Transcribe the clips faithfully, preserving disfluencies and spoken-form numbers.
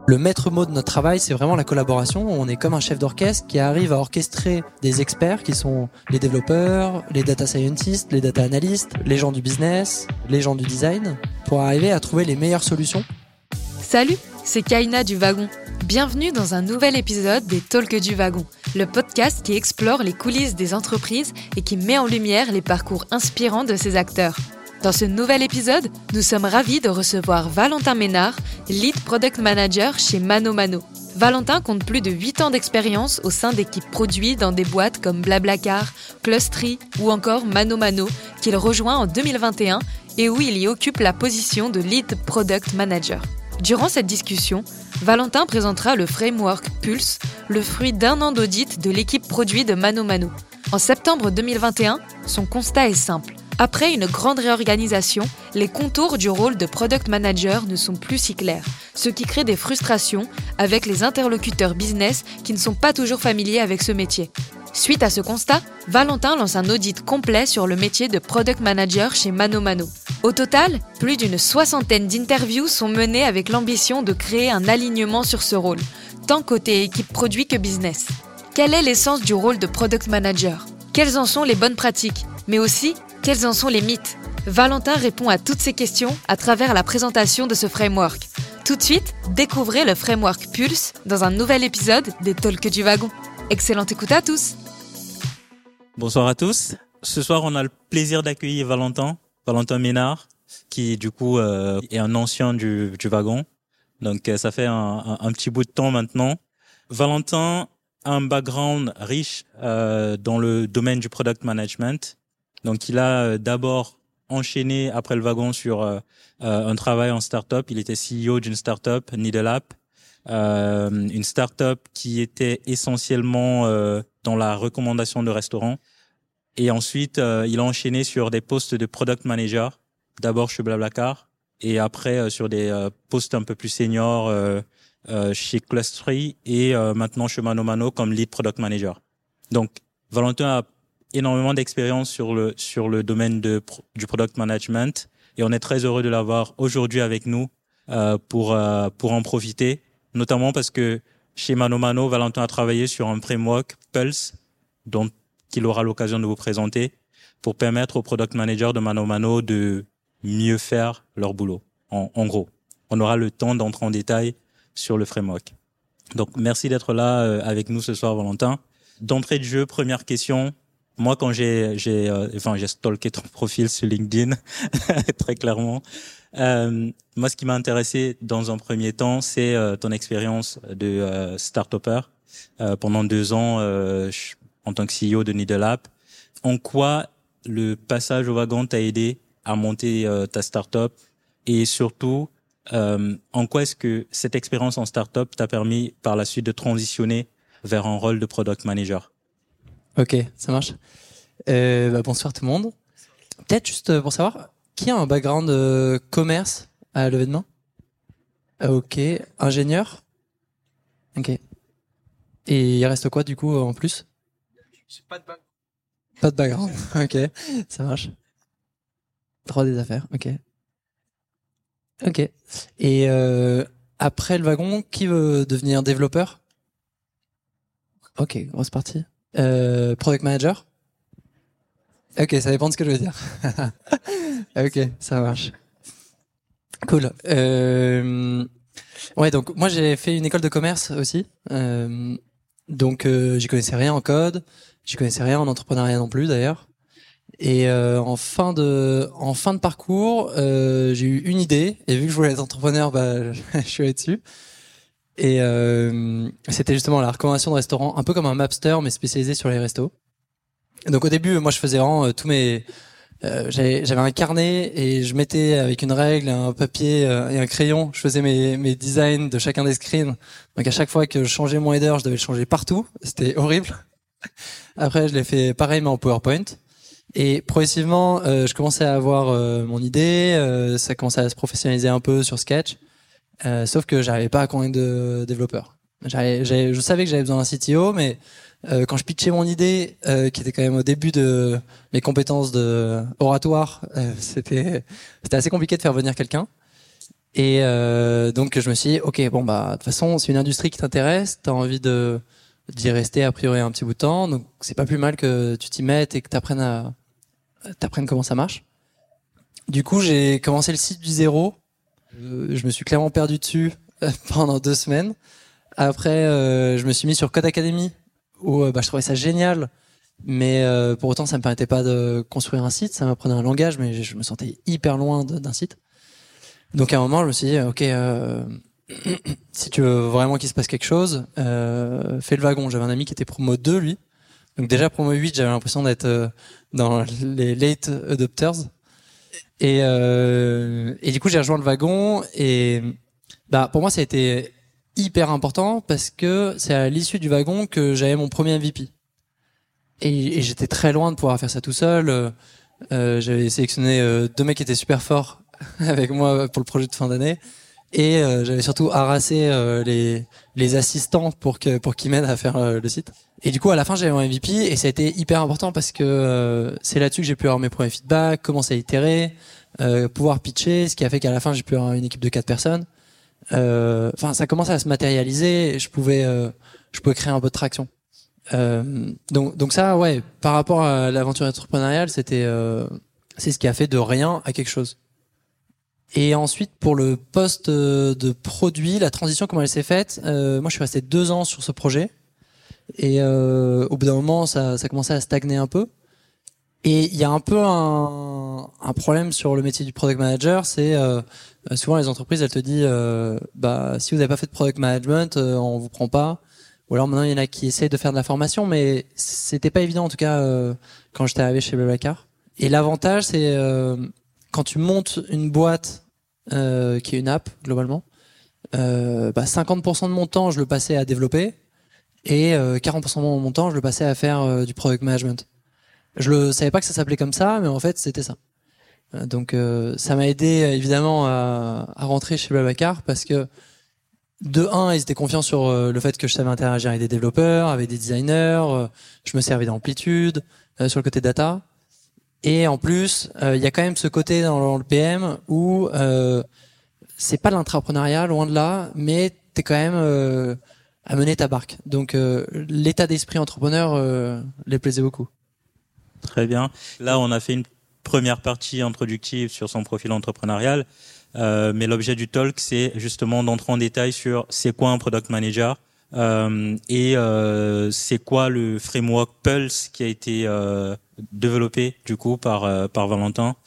Le maître mot de notre travail, c'est vraiment la collaboration. On est comme un chef d'orchestre qui arrive à orchestrer des experts qui sont les développeurs, les data scientists, les data analysts, les gens du business, les gens du design, pour arriver à trouver les meilleures solutions. Salut, c'est Kaina du Wagon. Bienvenue dans un nouvel épisode des Talks du Wagon, le podcast qui explore les coulisses des entreprises et qui met en lumière les parcours inspirants de ses acteurs. Dans ce nouvel épisode, nous sommes ravis de recevoir Valentin Ménard, Lead Product Manager chez ManoMano. Valentin compte plus de huit ans d'expérience au sein d'équipes produits dans des boîtes comme Blablacar, Clustry ou encore ManoMano, qu'il rejoint en deux mille vingt et un et où il y occupe la position de Lead Product Manager. Durant cette discussion, Valentin présentera le framework Pulse, le fruit d'un an d'audit de l'équipe produit de ManoMano. En septembre deux mille vingt et un, son constat est simple. Après une grande réorganisation, les contours du rôle de Product Manager ne sont plus si clairs, ce qui crée des frustrations avec les interlocuteurs business qui ne sont pas toujours familiers avec ce métier. Suite à ce constat, Valentin lance un audit complet sur le métier de Product Manager chez ManoMano. Au total, plus d'une soixantaine d'interviews sont menées avec l'ambition de créer un alignement sur ce rôle, tant côté équipe produit que business. Quelle est l'essence du rôle de Product Manager ? Quelles en sont les bonnes pratiques ? Mais aussi, quels en sont les mythes ? Valentin répond à toutes ces questions à travers la présentation de ce framework. Tout de suite, découvrez le framework Pulse dans un nouvel épisode des Talks du Wagon. Excellente écoute à tous. Bonsoir à tous. Ce soir, on a le plaisir d'accueillir Valentin, Valentin Ménard, qui du coup euh, est un ancien du, du wagon. Donc ça fait un, un, un petit bout de temps maintenant. Valentin a un background riche euh, dans le domaine du product management. Donc, il a euh, d'abord enchaîné après le wagon sur euh, euh, un travail en start-up. Il était C E O d'une start-up, Needle App, euh, une start-up qui était essentiellement euh, dans la recommandation de restaurants. Et ensuite, euh, il a enchaîné sur des postes de product manager, d'abord chez Blablacar, et après euh, sur des euh, postes un peu plus seniors euh, euh, chez Clustry et euh, maintenant chez ManoMano comme lead product manager. Donc, Valentin a énormément d'expérience sur le sur le domaine de du product management et on est très heureux de l'avoir aujourd'hui avec nous euh, pour euh, pour en profiter, notamment parce que chez ManoMano, Valentin a travaillé sur un framework Pulse dont il aura l'occasion de vous présenter pour permettre aux product managers de ManoMano de mieux faire leur boulot. En, en gros, on aura le temps d'entrer en détail sur le framework. Donc merci d'être là euh, avec nous ce soir, Valentin. D'entrée de jeu, première question. Moi, quand j'ai, j'ai, euh, enfin, j'ai stalké ton profil sur LinkedIn, très clairement. Euh, moi, ce qui m'a intéressé dans un premier temps, c'est euh, ton expérience de euh, start-upper euh, pendant deux ans euh, en tant que C E O de Needle App. En quoi le passage au wagon t'a aidé à monter euh, ta start-up et surtout, euh, en quoi est-ce que cette expérience en start-up t'a permis par la suite de transitionner vers un rôle de product manager? Ok, ça marche. Euh, bah, bonsoir tout le monde. Peut-être juste pour savoir, qui a un background euh, commerce à lever de main? Ok, ingénieur. Ok. Et il reste quoi du coup en plus? J'ai pas de background. Pas de background. Ok, ça marche. Droit des affaires. Ok. Ok. Et euh, après le wagon, qui veut devenir développeur? Ok, grosse partie. Euh, product manager. Ok, ça dépend de ce que je veux dire. Ok, ça marche. Cool. Euh, ouais, donc moi j'ai fait une école de commerce aussi. Euh, donc euh, j'y connaissais rien en code, j'y connaissais rien en entrepreneuriat non plus d'ailleurs. Et euh, en fin de en fin de parcours, euh, j'ai eu une idée et vu que je voulais être entrepreneur, bah je suis allé dessus. Et euh, c'était justement la recommandation de restaurants, un peu comme un Mapster mais spécialisé sur les restos. Donc au début, moi je faisais vraiment euh, tous mes, euh, j'avais, j'avais un carnet et je mettais avec une règle, un papier euh, et un crayon, je faisais mes, mes designs de chacun des screens. Donc à chaque fois que je changeais mon header, je devais le changer partout. C'était horrible. Après, je l'ai fait pareil mais en PowerPoint. Et progressivement, euh, je commençais à avoir euh, mon idée, euh, ça commençait à se professionnaliser un peu sur Sketch. Euh, sauf que j'arrivais pas à convaincre de développeurs. J'avais, j'avais, je savais que j'avais besoin d'un C T O, mais euh, quand je pitchais mon idée, euh, qui était quand même au début de mes compétences de oratoire, euh, c'était, c'était assez compliqué de faire venir quelqu'un. Et euh, donc je me suis dit, ok, bon bah de toute façon c'est une industrie qui t'intéresse, t'as envie de d'y rester a priori un petit bout de temps, donc c'est pas plus mal que tu t'y mettes et que t'apprennes à t'apprennes comment ça marche. Du coup j'ai commencé le site du zéro, euh, je me suis clairement perdu dessus pendant deux semaines. Après euh, je me suis mis sur Code Academy où euh, bah, je trouvais ça génial, mais euh, pour autant ça me permettait pas de construire un site, ça m'apprenait un langage, mais je me sentais hyper loin de, d'un site. Donc à un moment, je me suis dit, ok, euh, si tu veux vraiment qu'il se passe quelque chose, euh, fais le wagon. J'avais un ami qui était promo deux, lui. Donc déjà promo huit, j'avais l'impression d'être euh, dans les late adopters. Et, euh, et du coup, j'ai rejoint le wagon. Et bah pour moi, ça a été hyper important parce que c'est à l'issue du wagon que j'avais mon premier M V P. Et, et j'étais très loin de pouvoir faire ça tout seul. Euh, j'avais sélectionné euh, deux mecs qui étaient super forts avec moi pour le projet de fin d'année et euh, j'avais surtout harassé euh, les les assistants pour que pour qu'ils m'aident à faire euh, le site. Et du coup à la fin j'avais mon M V P et ça a été hyper important parce que euh, c'est là-dessus que j'ai pu avoir mes premiers feedbacks, commencer à itérer, euh, pouvoir pitcher, ce qui a fait qu'à la fin j'ai pu avoir une équipe de quatre personnes. Euh, Enfin ça commençait à se matérialiser et je pouvais euh, je pouvais créer un peu de traction. Euh, donc donc ça ouais, par rapport à l'aventure entrepreneuriale, c'était euh, c'est ce qui a fait de rien à quelque chose. Et ensuite, pour le poste de produit, la transition, comment elle s'est faite, euh, moi je suis resté deux ans sur ce projet. Et euh, au bout d'un moment, ça, ça commençait à stagner un peu. Et il y a un peu un, un problème sur le métier du product manager, c'est euh, souvent les entreprises, elles te disent, euh, bah si vous n'avez pas fait de product management, euh, on vous prend pas. Ou alors maintenant, il y en a qui essayent de faire de la formation, mais c'était pas évident en tout cas euh, quand j'étais arrivé chez Blablacar. Et l'avantage, c'est euh, quand tu montes une boîte euh, qui est une app globalement, euh, bah cinquante pour cent de mon temps je le passais à développer et euh, quarante pour cent de mon temps je le passais à faire euh, du product management. Je le savais pas que ça s'appelait comme ça, mais en fait c'était ça. Donc euh, ça m'a aidé évidemment à, à rentrer chez Blablacar parce que de un, ils étaient confiants sur euh, le fait que je savais interagir avec des développeurs, avec des designers, euh, je me servais d'amplitude euh, sur le côté data. Et en plus, il euh, y a quand même ce côté dans le P M où euh, c'est pas l'intrapreneuriat, loin de là, mais t'es quand même euh, à mener ta barque. Donc euh, l'état d'esprit entrepreneur euh, les plaisait beaucoup. Très bien. Là, on a fait une première partie introductive sur son profil entrepreneurial, euh, mais l'objet du talk, c'est justement d'entrer en détail sur c'est quoi un product manager. Euh, et euh, c'est quoi le framework Pulse qui a été euh, développé du coup par euh, par Valentin.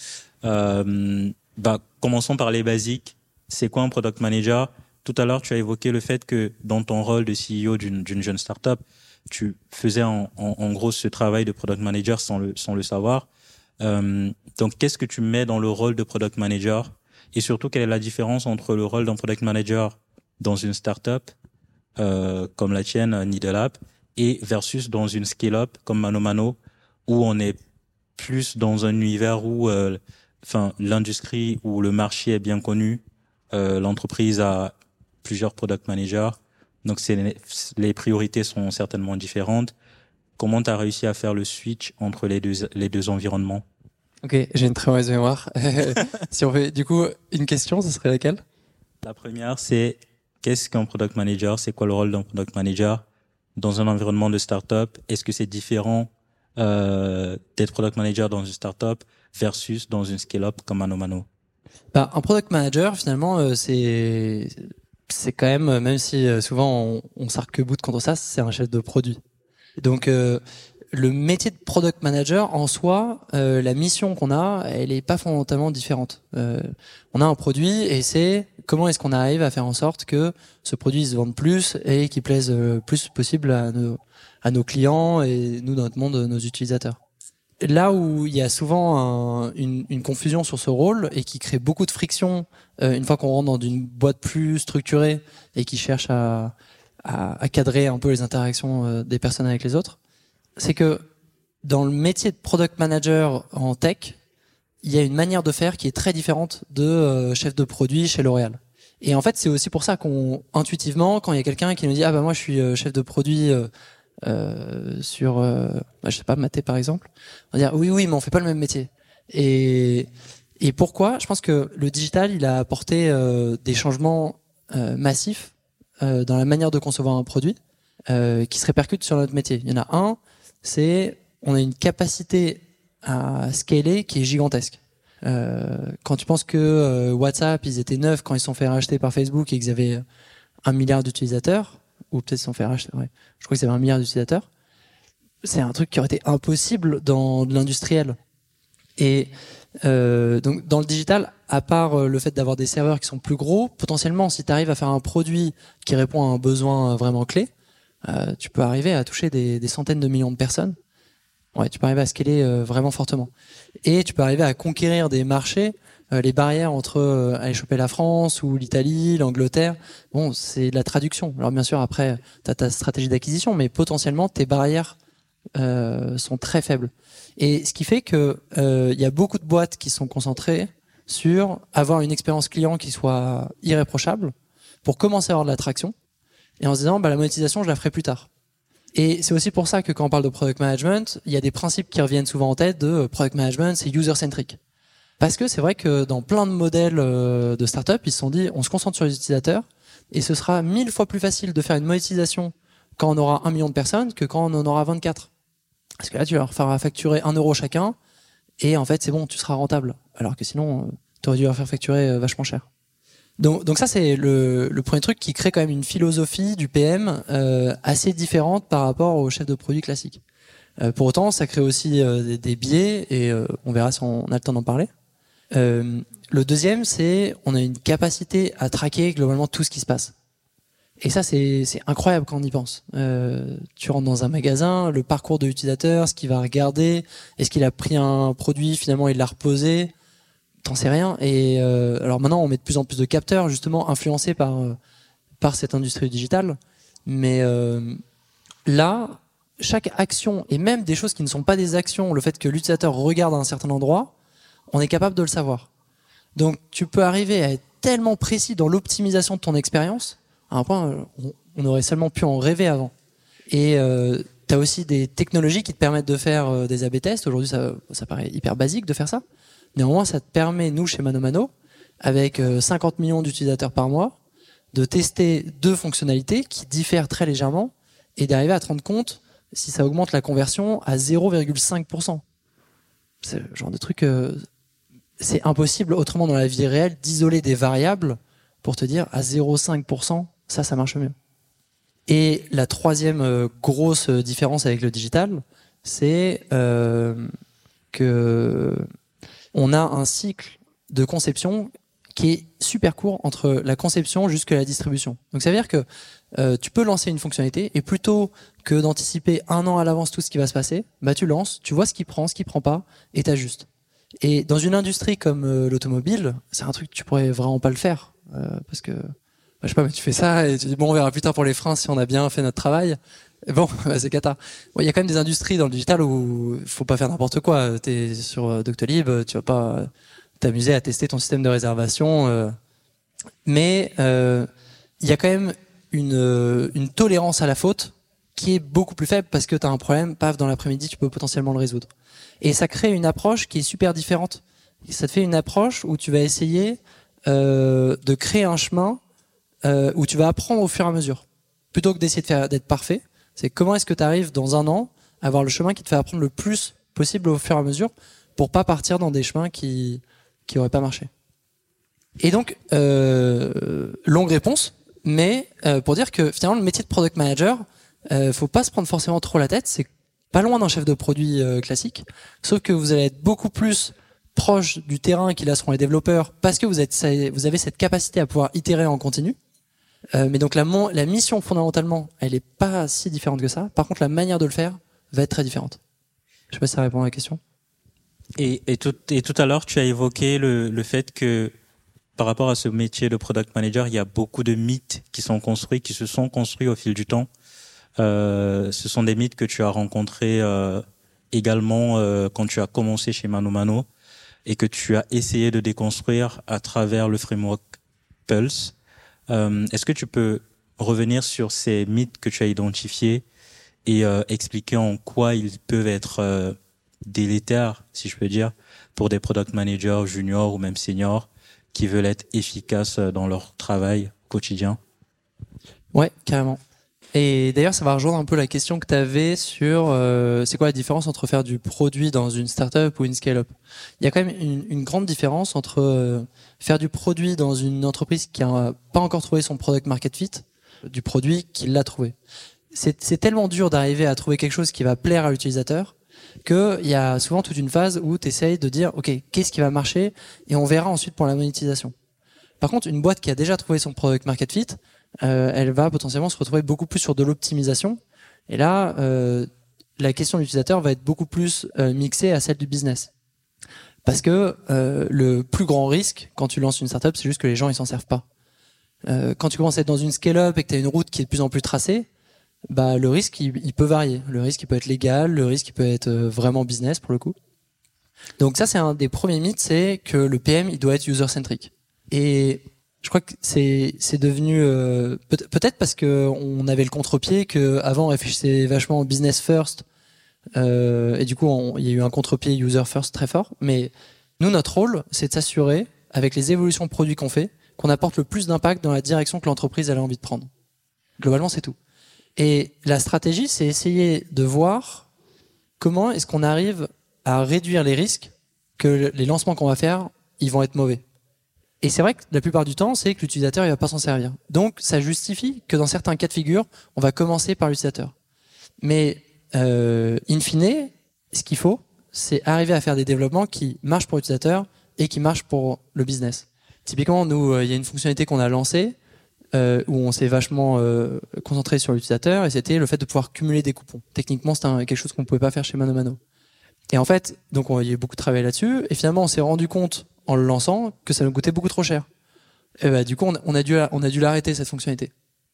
Euh, bah commençons par les basiques. C'est quoi un product manager? Tout à l'heure, tu as évoqué le fait que dans ton rôle de C E O d'une d'une jeune startup, tu faisais en, en, en gros ce travail de product manager sans le sans le savoir. Euh, donc, qu'est-ce que tu mets dans le rôle de product manager? Et surtout, quelle est la différence entre le rôle d'un product manager dans une startup Euh, comme la tienne, Needle App, et versus dans une scale-up comme Mano Mano, où on est plus dans un univers où, euh, enfin, l'industrie où le marché est bien connu, euh, l'entreprise a plusieurs product managers, donc c'est les priorités sont certainement différentes. Comment tu as réussi à faire le switch entre les deux les deux environnements? Ok, j'ai une très mauvaise mémoire. Si on fait du coup une question, ce serait laquelle? La première, c'est qu'est-ce qu'un product manager? C'est quoi le rôle d'un product manager dans un environnement de startup? Est-ce que c'est différent euh, d'être product manager dans une startup versus dans une scale-up comme Mano Mano? Bah, un product manager, finalement, euh, c'est c'est quand même, même si euh, souvent on, on s'arc-boute contre ça, c'est un chef de produit. Donc euh, le métier de product manager en soi, euh, la mission qu'on a, elle est pas fondamentalement différente. Euh, on a un produit et c'est comment est-ce qu'on arrive à faire en sorte que ce produit se vende plus et qu'il plaise le plus possible à nos, à nos clients et nous dans notre monde, nos utilisateurs. Là où il y a souvent un, une, une confusion sur ce rôle et qui crée beaucoup de friction euh, une fois qu'on rentre dans une boîte plus structurée et qui cherche à, à, à cadrer un peu les interactions euh, des personnes avec les autres, c'est que dans le métier de product manager en tech, il y a une manière de faire qui est très différente de euh, chef de produit chez L'Oréal. Et en fait, c'est aussi pour ça qu'on, intuitivement, quand il y a quelqu'un qui nous dit « Ah bah moi je suis euh, chef de produit euh, euh, sur, euh, bah, je sais pas, Maté par exemple », on va dire « Oui, oui, mais on fait pas le même métier. » Et, Et pourquoi ? Je pense que le digital, il a apporté euh, des changements euh, massifs euh, dans la manière de concevoir un produit euh, qui se répercutent sur notre métier. Il y en a un, c'est on a une capacité à scaler qui est gigantesque. Euh, quand tu penses que euh, WhatsApp, ils étaient neufs quand ils se sont fait racheter par Facebook et qu'ils avaient un milliard d'utilisateurs, ou peut-être ils se sont fait racheter, ouais. Je crois qu'ils avaient un milliard d'utilisateurs. C'est un truc qui aurait été impossible dans de l'industriel. Et euh, donc dans le digital, à part le fait d'avoir des serveurs qui sont plus gros, potentiellement, si tu arrives à faire un produit qui répond à un besoin vraiment clé, euh, tu peux arriver à toucher des, des centaines de millions de personnes. Ouais, tu peux arriver à scaler euh, vraiment fortement. Et tu peux arriver à conquérir des marchés. Euh, les barrières entre euh, aller choper la France ou l'Italie, l'Angleterre, bon, c'est de la traduction. Alors bien sûr, après, tu as ta stratégie d'acquisition, mais potentiellement, tes barrières euh, sont très faibles. Et ce qui fait que euh, y a beaucoup de boîtes qui sont concentrées sur avoir une expérience client qui soit irréprochable pour commencer à avoir de l'attraction et en se disant bah, la monétisation, je la ferai plus tard. Et c'est aussi pour ça que quand on parle de product management, il y a des principes qui reviennent souvent en tête de product management, c'est user-centric. Parce que c'est vrai que dans plein de modèles de start-up, ils se sont dit on se concentre sur les utilisateurs et ce sera mille fois plus facile de faire une monétisation quand on aura un million de personnes que quand on en aura vingt-quatre. Parce que là, tu vas leur faire facturer un euro chacun et en fait, c'est bon, tu seras rentable. Alors que sinon, tu aurais dû leur faire facturer vachement cher. Donc, donc ça, c'est le, le premier truc qui crée quand même une philosophie du P M euh, assez différente par rapport au chef de produit classique. Euh, pour autant, ça crée aussi euh, des, des biais et euh, on verra si on a le temps d'en parler. Euh, le deuxième, c'est on a une capacité à traquer globalement tout ce qui se passe. Et ça, c'est, c'est incroyable quand on y pense. Euh, tu rentres dans un magasin, le parcours de l'utilisateur, ce qu'il va regarder, est-ce qu'il a pris un produit, finalement il l'a reposé, t'en sais rien. Et euh, alors maintenant, on met de plus en plus de capteurs, justement, influencés par, euh, par cette industrie digitale. Mais euh, là, chaque action, et même des choses qui ne sont pas des actions, le fait que l'utilisateur regarde à un certain endroit, on est capable de le savoir. Donc tu peux arriver à être tellement précis dans l'optimisation de ton expérience, à un point, on aurait seulement pu en rêver avant. Et euh, tu as aussi des technologies qui te permettent de faire euh, des A B tests. Aujourd'hui, ça, ça paraît hyper basique de faire ça. Néanmoins, ça te permet, nous, chez Mano Mano, avec euh, cinquante millions d'utilisateurs par mois, de tester deux fonctionnalités qui diffèrent très légèrement et d'arriver à te rendre compte si ça augmente la conversion à zéro virgule cinq pour cent. C'est le genre de truc... Euh, c'est impossible, autrement, dans la vie réelle, d'isoler des variables pour te dire à zéro virgule cinq pour cent, ça, ça marche mieux. Et la troisième euh, grosse différence avec le digital, c'est euh, que on a un cycle de conception qui est super court entre la conception jusqu'à la distribution. Donc ça veut dire que euh, tu peux lancer une fonctionnalité et plutôt que d'anticiper un an à l'avance tout ce qui va se passer, bah tu lances, tu vois ce qui prend, ce qui prend pas et t'ajustes. Et dans une industrie comme euh, l'automobile, c'est un truc que tu pourrais vraiment pas le faire euh, parce que bah, je sais pas, mais tu fais ça et tu dis bon, on verra plus tard pour les freins si on a bien fait notre travail. Et bon, bah, c'est cata. Il y a quand même des industries dans le digital où il faut pas faire n'importe quoi. T'es sur Doctolib, tu vas pas t'amuser à tester ton système de réservation. Euh. Mais il euh, y a quand même une, une tolérance à la faute qui est beaucoup plus faible parce que tu as un problème, paf, dans l'après-midi, tu peux potentiellement le résoudre. Et ça crée une approche qui est super différente. Et ça te fait une approche où tu vas essayer euh, de créer un chemin euh, où tu vas apprendre au fur et à mesure. Plutôt que d'essayer de faire, d'être parfait, c'est comment est-ce que tu arrives dans un an à avoir le chemin qui te fait apprendre le plus possible au fur et à mesure pour pas partir dans des chemins qui qui auraient pas marché. Et donc, euh, longue réponse, mais euh, pour dire que finalement le métier de product manager, euh, faut pas se prendre forcément trop la tête, c'est pas loin d'un chef de produit euh, classique, sauf que vous allez être beaucoup plus proche du terrain qui là seront les développeurs parce que vous êtes vous avez cette capacité à pouvoir itérer en continu. Euh, mais donc la, la mission fondamentalement, elle est pas si différente que ça. Par contre, la manière de le faire va être très différente. Je sais pas si ça répond à la question. Et, et, tout, et tout à l'heure, tu as évoqué le, le fait que par rapport à ce métier de product manager, il y a beaucoup de mythes qui sont construits, qui se sont construits au fil du temps. Euh, ce sont des mythes que tu as rencontrés euh, également euh, quand tu as commencé chez Mano Mano et que tu as essayé de déconstruire à travers le framework Pulse. Euh, est-ce que tu peux revenir sur ces mythes que tu as identifiés et euh, expliquer en quoi ils peuvent être euh, délétère, si je peux dire, pour des product managers juniors ou même seniors qui veulent être efficaces dans leur travail quotidien. Ouais, carrément. Et d'ailleurs, ça va rejoindre un peu la question que tu avais sur euh, c'est quoi la différence entre faire du produit dans une startup ou une scale-up. Il y a quand même une, une grande différence entre euh, faire du produit dans une entreprise qui n'a pas encore trouvé son product market fit, du produit qui l'a trouvé. C'est, c'est tellement dur d'arriver à trouver quelque chose qui va plaire à l'utilisateur qu'il y a souvent toute une phase où tu essayes de dire ok, qu'est-ce qui va marcher et on verra ensuite pour la monétisation. Par contre, une boîte qui a déjà trouvé son product market fit, Euh, elle va potentiellement se retrouver beaucoup plus sur de l'optimisation. Et là, euh, la question de l'utilisateur va être beaucoup plus euh, mixée à celle du business. Parce que euh, le plus grand risque quand tu lances une startup, c'est juste que les gens ils s'en servent pas. Euh, quand tu commences à être dans une scale-up et que tu as une route qui est de plus en plus tracée, bah le risque il, il peut varier. Le risque il peut être légal, le risque il peut être euh, vraiment business pour le coup. Donc ça c'est un des premiers mythes, c'est que le P M il doit être user-centric. Et je crois que c'est c'est devenu euh, peut- peut-être parce que on avait le contre-pied que avant on réfléchissait vachement au business first euh, et du coup on- il y a eu un contre-pied user first très fort. Mais nous notre rôle c'est de s'assurer avec les évolutions produits qu'on fait qu'on apporte le plus d'impact dans la direction que l'entreprise elle a envie de prendre. Globalement c'est tout. Et la stratégie c'est essayer de voir comment est-ce qu'on arrive à réduire les risques que les lancements qu'on va faire ils vont être mauvais. Et c'est vrai que la plupart du temps, c'est que l'utilisateur il va pas s'en servir. Donc, ça justifie que dans certains cas de figure, on va commencer par l'utilisateur. Mais euh, in fine, ce qu'il faut, c'est arriver à faire des développements qui marchent pour l'utilisateur et qui marchent pour le business. Typiquement, nous, il euh, y a une fonctionnalité qu'on a lancée euh, où on s'est vachement euh, concentré sur l'utilisateur et c'était le fait de pouvoir cumuler des coupons. Techniquement, c'était un, quelque chose qu'on pouvait pas faire chez Mano Mano. Et en fait, donc on, il y a eu beaucoup de travail là-dessus et finalement, on s'est rendu compte en le lançant que ça nous coûtait beaucoup trop cher. Et bah, du coup, on, on a dû, on a dû l'arrêter cette fonctionnalité.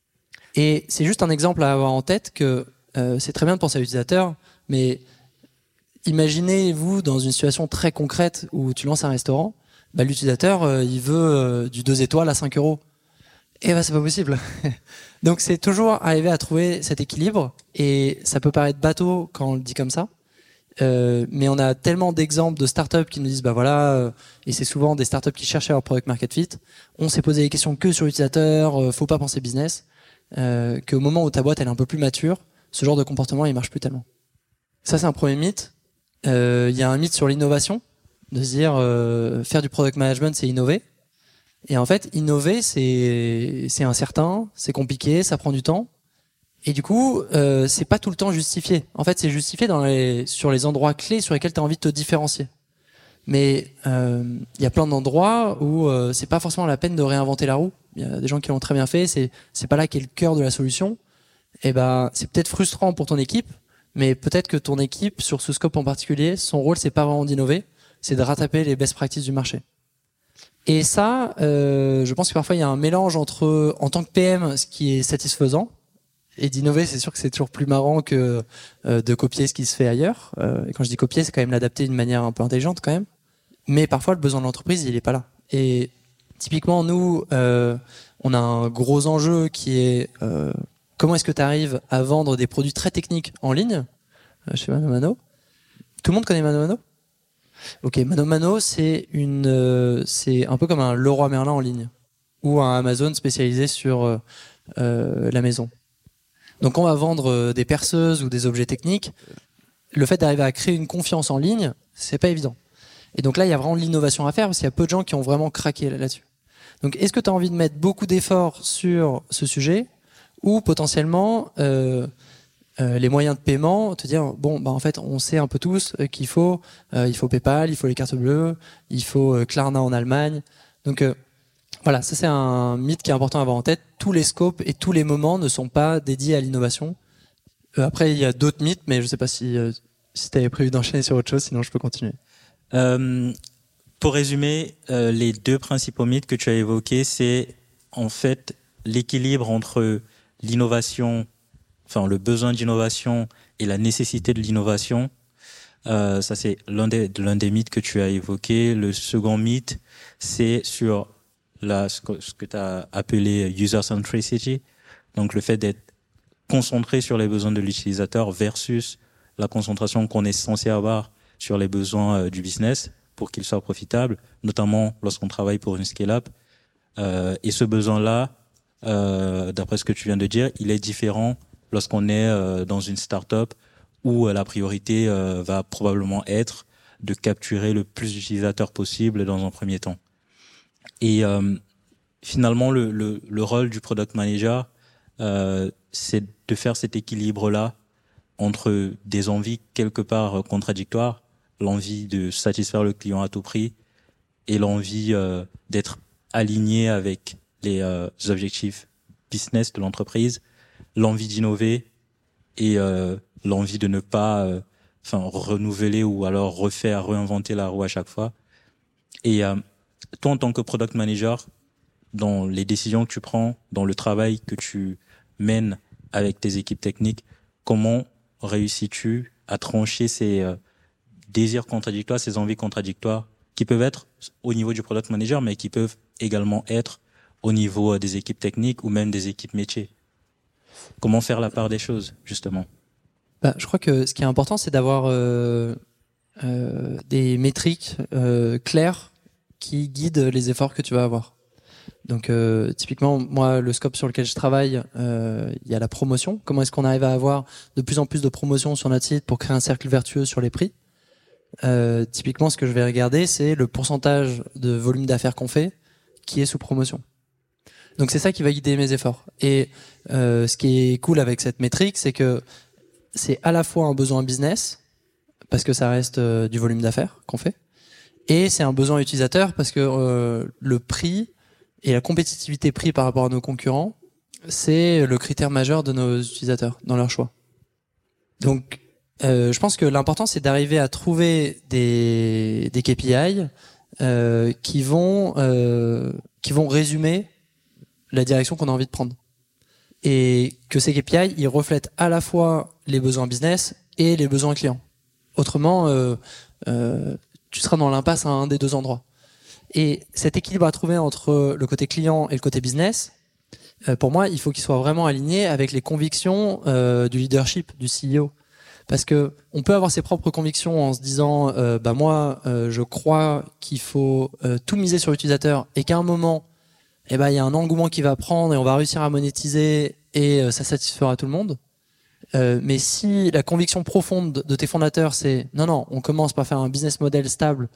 Et c'est juste un exemple à avoir en tête que euh, c'est très bien de penser à l'utilisateur, mais imaginez-vous dans une situation très concrète où tu lances un restaurant, bah, l'utilisateur euh, il veut euh, du deux étoiles à cinq euros. Et bah c'est pas possible. Donc c'est toujours arriver à trouver cet équilibre et ça peut paraître bateau quand on le dit comme ça. Euh, mais on a tellement d'exemples de startups qui nous disent bah voilà euh, et c'est souvent des startups qui cherchaient leur product market fit. On s'est posé des questions que sur l'utilisateur, euh, faut pas penser business. Euh, qu'au moment où ta boîte elle est un peu plus mature, ce genre de comportement il marche plus tellement. Ça c'est un premier mythe. Il euh, y a un mythe sur l'innovation, de se dire euh, faire du product management c'est innover. Et en fait innover c'est c'est incertain, c'est compliqué, ça prend du temps. Et du coup, euh, c'est pas tout le temps justifié. En fait, c'est justifié dans les, sur les endroits clés sur lesquels tu as envie de te différencier. Mais il euh, y a plein d'endroits où euh, c'est pas forcément la peine de réinventer la roue. Il y a des gens qui l'ont très bien fait. C'est c'est pas là qu'est le cœur de la solution. Et ben, c'est peut-être frustrant pour ton équipe, mais peut-être que ton équipe sur ce scope en particulier, son rôle c'est pas vraiment d'innover, c'est de rattraper les best practices du marché. Et ça, euh, je pense que parfois il y a un mélange entre en tant que P M, ce qui est satisfaisant. Et d'innover, c'est sûr que c'est toujours plus marrant que euh, de copier ce qui se fait ailleurs. Euh, et quand je dis copier, c'est quand même l'adapter d'une manière un peu intelligente quand même. Mais parfois, le besoin de l'entreprise, il est pas là. Et typiquement, nous, euh, on a un gros enjeu qui est euh, comment est-ce que tu arrives à vendre des produits très techniques en ligne euh, chez Mano Mano. Tout le monde connaît Mano Mano ? Ok, Mano Mano, c'est une, euh, c'est un peu comme un Leroy Merlin en ligne ou un Amazon spécialisé sur euh, euh, la maison. Donc on va vendre des perceuses ou des objets techniques. Le fait d'arriver à créer une confiance en ligne, c'est pas évident. Et donc là, il y a vraiment de l'innovation à faire parce qu'il y a peu de gens qui ont vraiment craqué là-dessus. Donc est-ce que tu as envie de mettre beaucoup d'efforts sur ce sujet ou potentiellement euh, euh, les moyens de paiement, te dire bon bah en fait on sait un peu tous qu'il faut euh, il faut PayPal, il faut les cartes bleues, il faut euh, Klarna en Allemagne. Donc euh, voilà, ça c'est un mythe qui est important à avoir en tête. Tous les scopes et tous les moments ne sont pas dédiés à l'innovation. Euh, après, il y a d'autres mythes, mais je ne sais pas si, euh, si tu avais prévu d'enchaîner sur autre chose, sinon je peux continuer. Euh, pour résumer, euh, les deux principaux mythes que tu as évoqués, c'est en fait l'équilibre entre l'innovation, enfin le besoin d'innovation et la nécessité de l'innovation. Euh, ça c'est l'un des, l'un des mythes que tu as évoqué. Le second mythe, c'est sur la, ce que, ce que tu as appelé user centricity, donc le fait d'être concentré sur les besoins de l'utilisateur versus la concentration qu'on est censé avoir sur les besoins euh, du business pour qu'il soit profitable, notamment lorsqu'on travaille pour une scale-up. Euh, et ce besoin-là, euh, d'après ce que tu viens de dire, il est différent lorsqu'on est euh, dans une start-up où euh, la priorité euh, va probablement être de capturer le plus d'utilisateurs possible dans un premier temps. Et euh, finalement, le, le, le rôle du product manager, euh, c'est de faire cet équilibre-là entre des envies quelque part contradictoires, l'envie de satisfaire le client à tout prix et l'envie euh, d'être aligné avec les euh, objectifs business de l'entreprise, l'envie d'innover et euh, l'envie de ne pas euh, enfin renouveler ou alors refaire, réinventer la roue à chaque fois. Et euh, toi, en tant que product manager, dans les décisions que tu prends, dans le travail que tu mènes avec tes équipes techniques, comment réussis-tu à trancher ces euh, désirs contradictoires, ces envies contradictoires qui peuvent être au niveau du product manager, mais qui peuvent également être au niveau des équipes techniques ou même des équipes métiers? Comment faire la part des choses, justement? Bah, je crois que ce qui est important, c'est d'avoir euh, euh, des métriques euh, claires qui guident les efforts que tu vas avoir. Donc euh, typiquement, moi, le scope sur lequel je travaille, euh, il y a la promotion. Comment est-ce qu'on arrive à avoir de plus en plus de promotions sur notre site pour créer un cercle vertueux sur les prix? Euh, typiquement, ce que je vais regarder, c'est le pourcentage de volume d'affaires qu'on fait qui est sous promotion. Donc c'est ça qui va guider mes efforts. Et euh, ce qui est cool avec cette métrique, c'est que c'est à la fois un besoin business, parce que ça reste euh, du volume d'affaires qu'on fait, et c'est un besoin utilisateur, parce que euh, le prix et la compétitivité prix par rapport à nos concurrents, c'est le critère majeur de nos utilisateurs dans leur choix. Donc, euh, je pense que l'important, c'est d'arriver à trouver des, des K P I euh, qui vont euh, qui vont résumer la direction qu'on a envie de prendre. Et que ces K P I, ils reflètent à la fois les besoins business et les besoins clients. Autrement, euh, euh, tu seras dans l'impasse à un des deux endroits. Et cet équilibre à trouver entre le côté client et le côté business, euh, pour moi, il faut qu'il soit vraiment aligné avec les convictions euh, du leadership, du C E O. Parce que on peut avoir ses propres convictions en se disant, euh, bah moi, euh, je crois qu'il faut euh, tout miser sur l'utilisateur et qu'à un moment, eh ben, il y a un engouement qui va prendre et on va réussir à monétiser et euh, ça satisfera tout le monde. Euh, mais si la conviction profonde de tes fondateurs, c'est non, non, on commence par faire un business model stable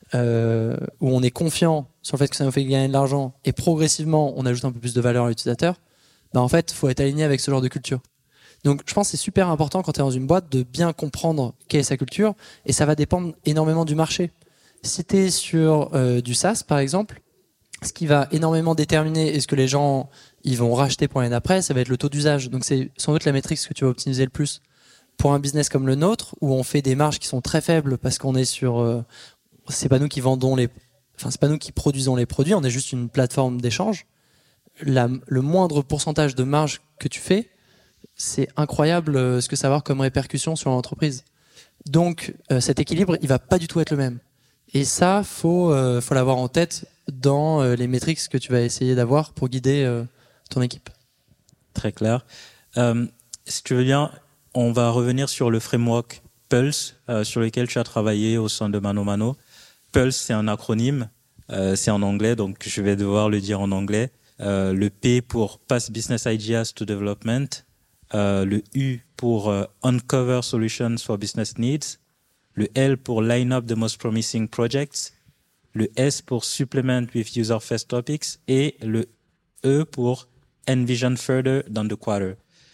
euh, où on est confiant sur le fait que ça nous fait gagner de l'argent et progressivement on ajoute un peu plus de valeur à l'utilisateur, ben en fait, il faut être aligné avec ce genre de culture. Donc je pense que c'est super important quand tu es dans une boîte de bien comprendre quelle est sa culture et ça va dépendre énormément du marché. Si tu es sur euh, du SaaS par exemple, ce qui va énormément déterminer est-ce que les gens ils vont racheter pour l'année d'après, ça va être le taux d'usage. Donc c'est sans doute la métrique que tu vas optimiser le plus. Pour un business comme le nôtre, où on fait des marges qui sont très faibles parce qu'on est sur, euh, c'est pas nous qui vendons les, enfin c'est pas nous qui produisons les produits, on est juste une plateforme d'échange. La, le moindre pourcentage de marge que tu fais, c'est incroyable euh, ce que ça va avoir comme répercussion sur l'entreprise. Donc euh, cet équilibre, il va pas du tout être le même. Et ça, faut euh, faut l'avoir en tête dans euh, les métriques que tu vas essayer d'avoir pour guider euh, ton équipe. Très clair. Euh, si tu veux bien, on va revenir sur le framework Pulse euh, sur lequel tu as travaillé au sein de Mano Mano. Pulse, c'est un acronyme, euh, c'est en anglais, donc je vais devoir le dire en anglais. Euh, le P pour Pass Business Ideas to Development, euh, le U pour euh, Uncover Solutions for Business Needs, le L pour Line Up the Most Promising Projects, le S pour Supplement with User-First Topics et le E pour Envision Further down the Quarter.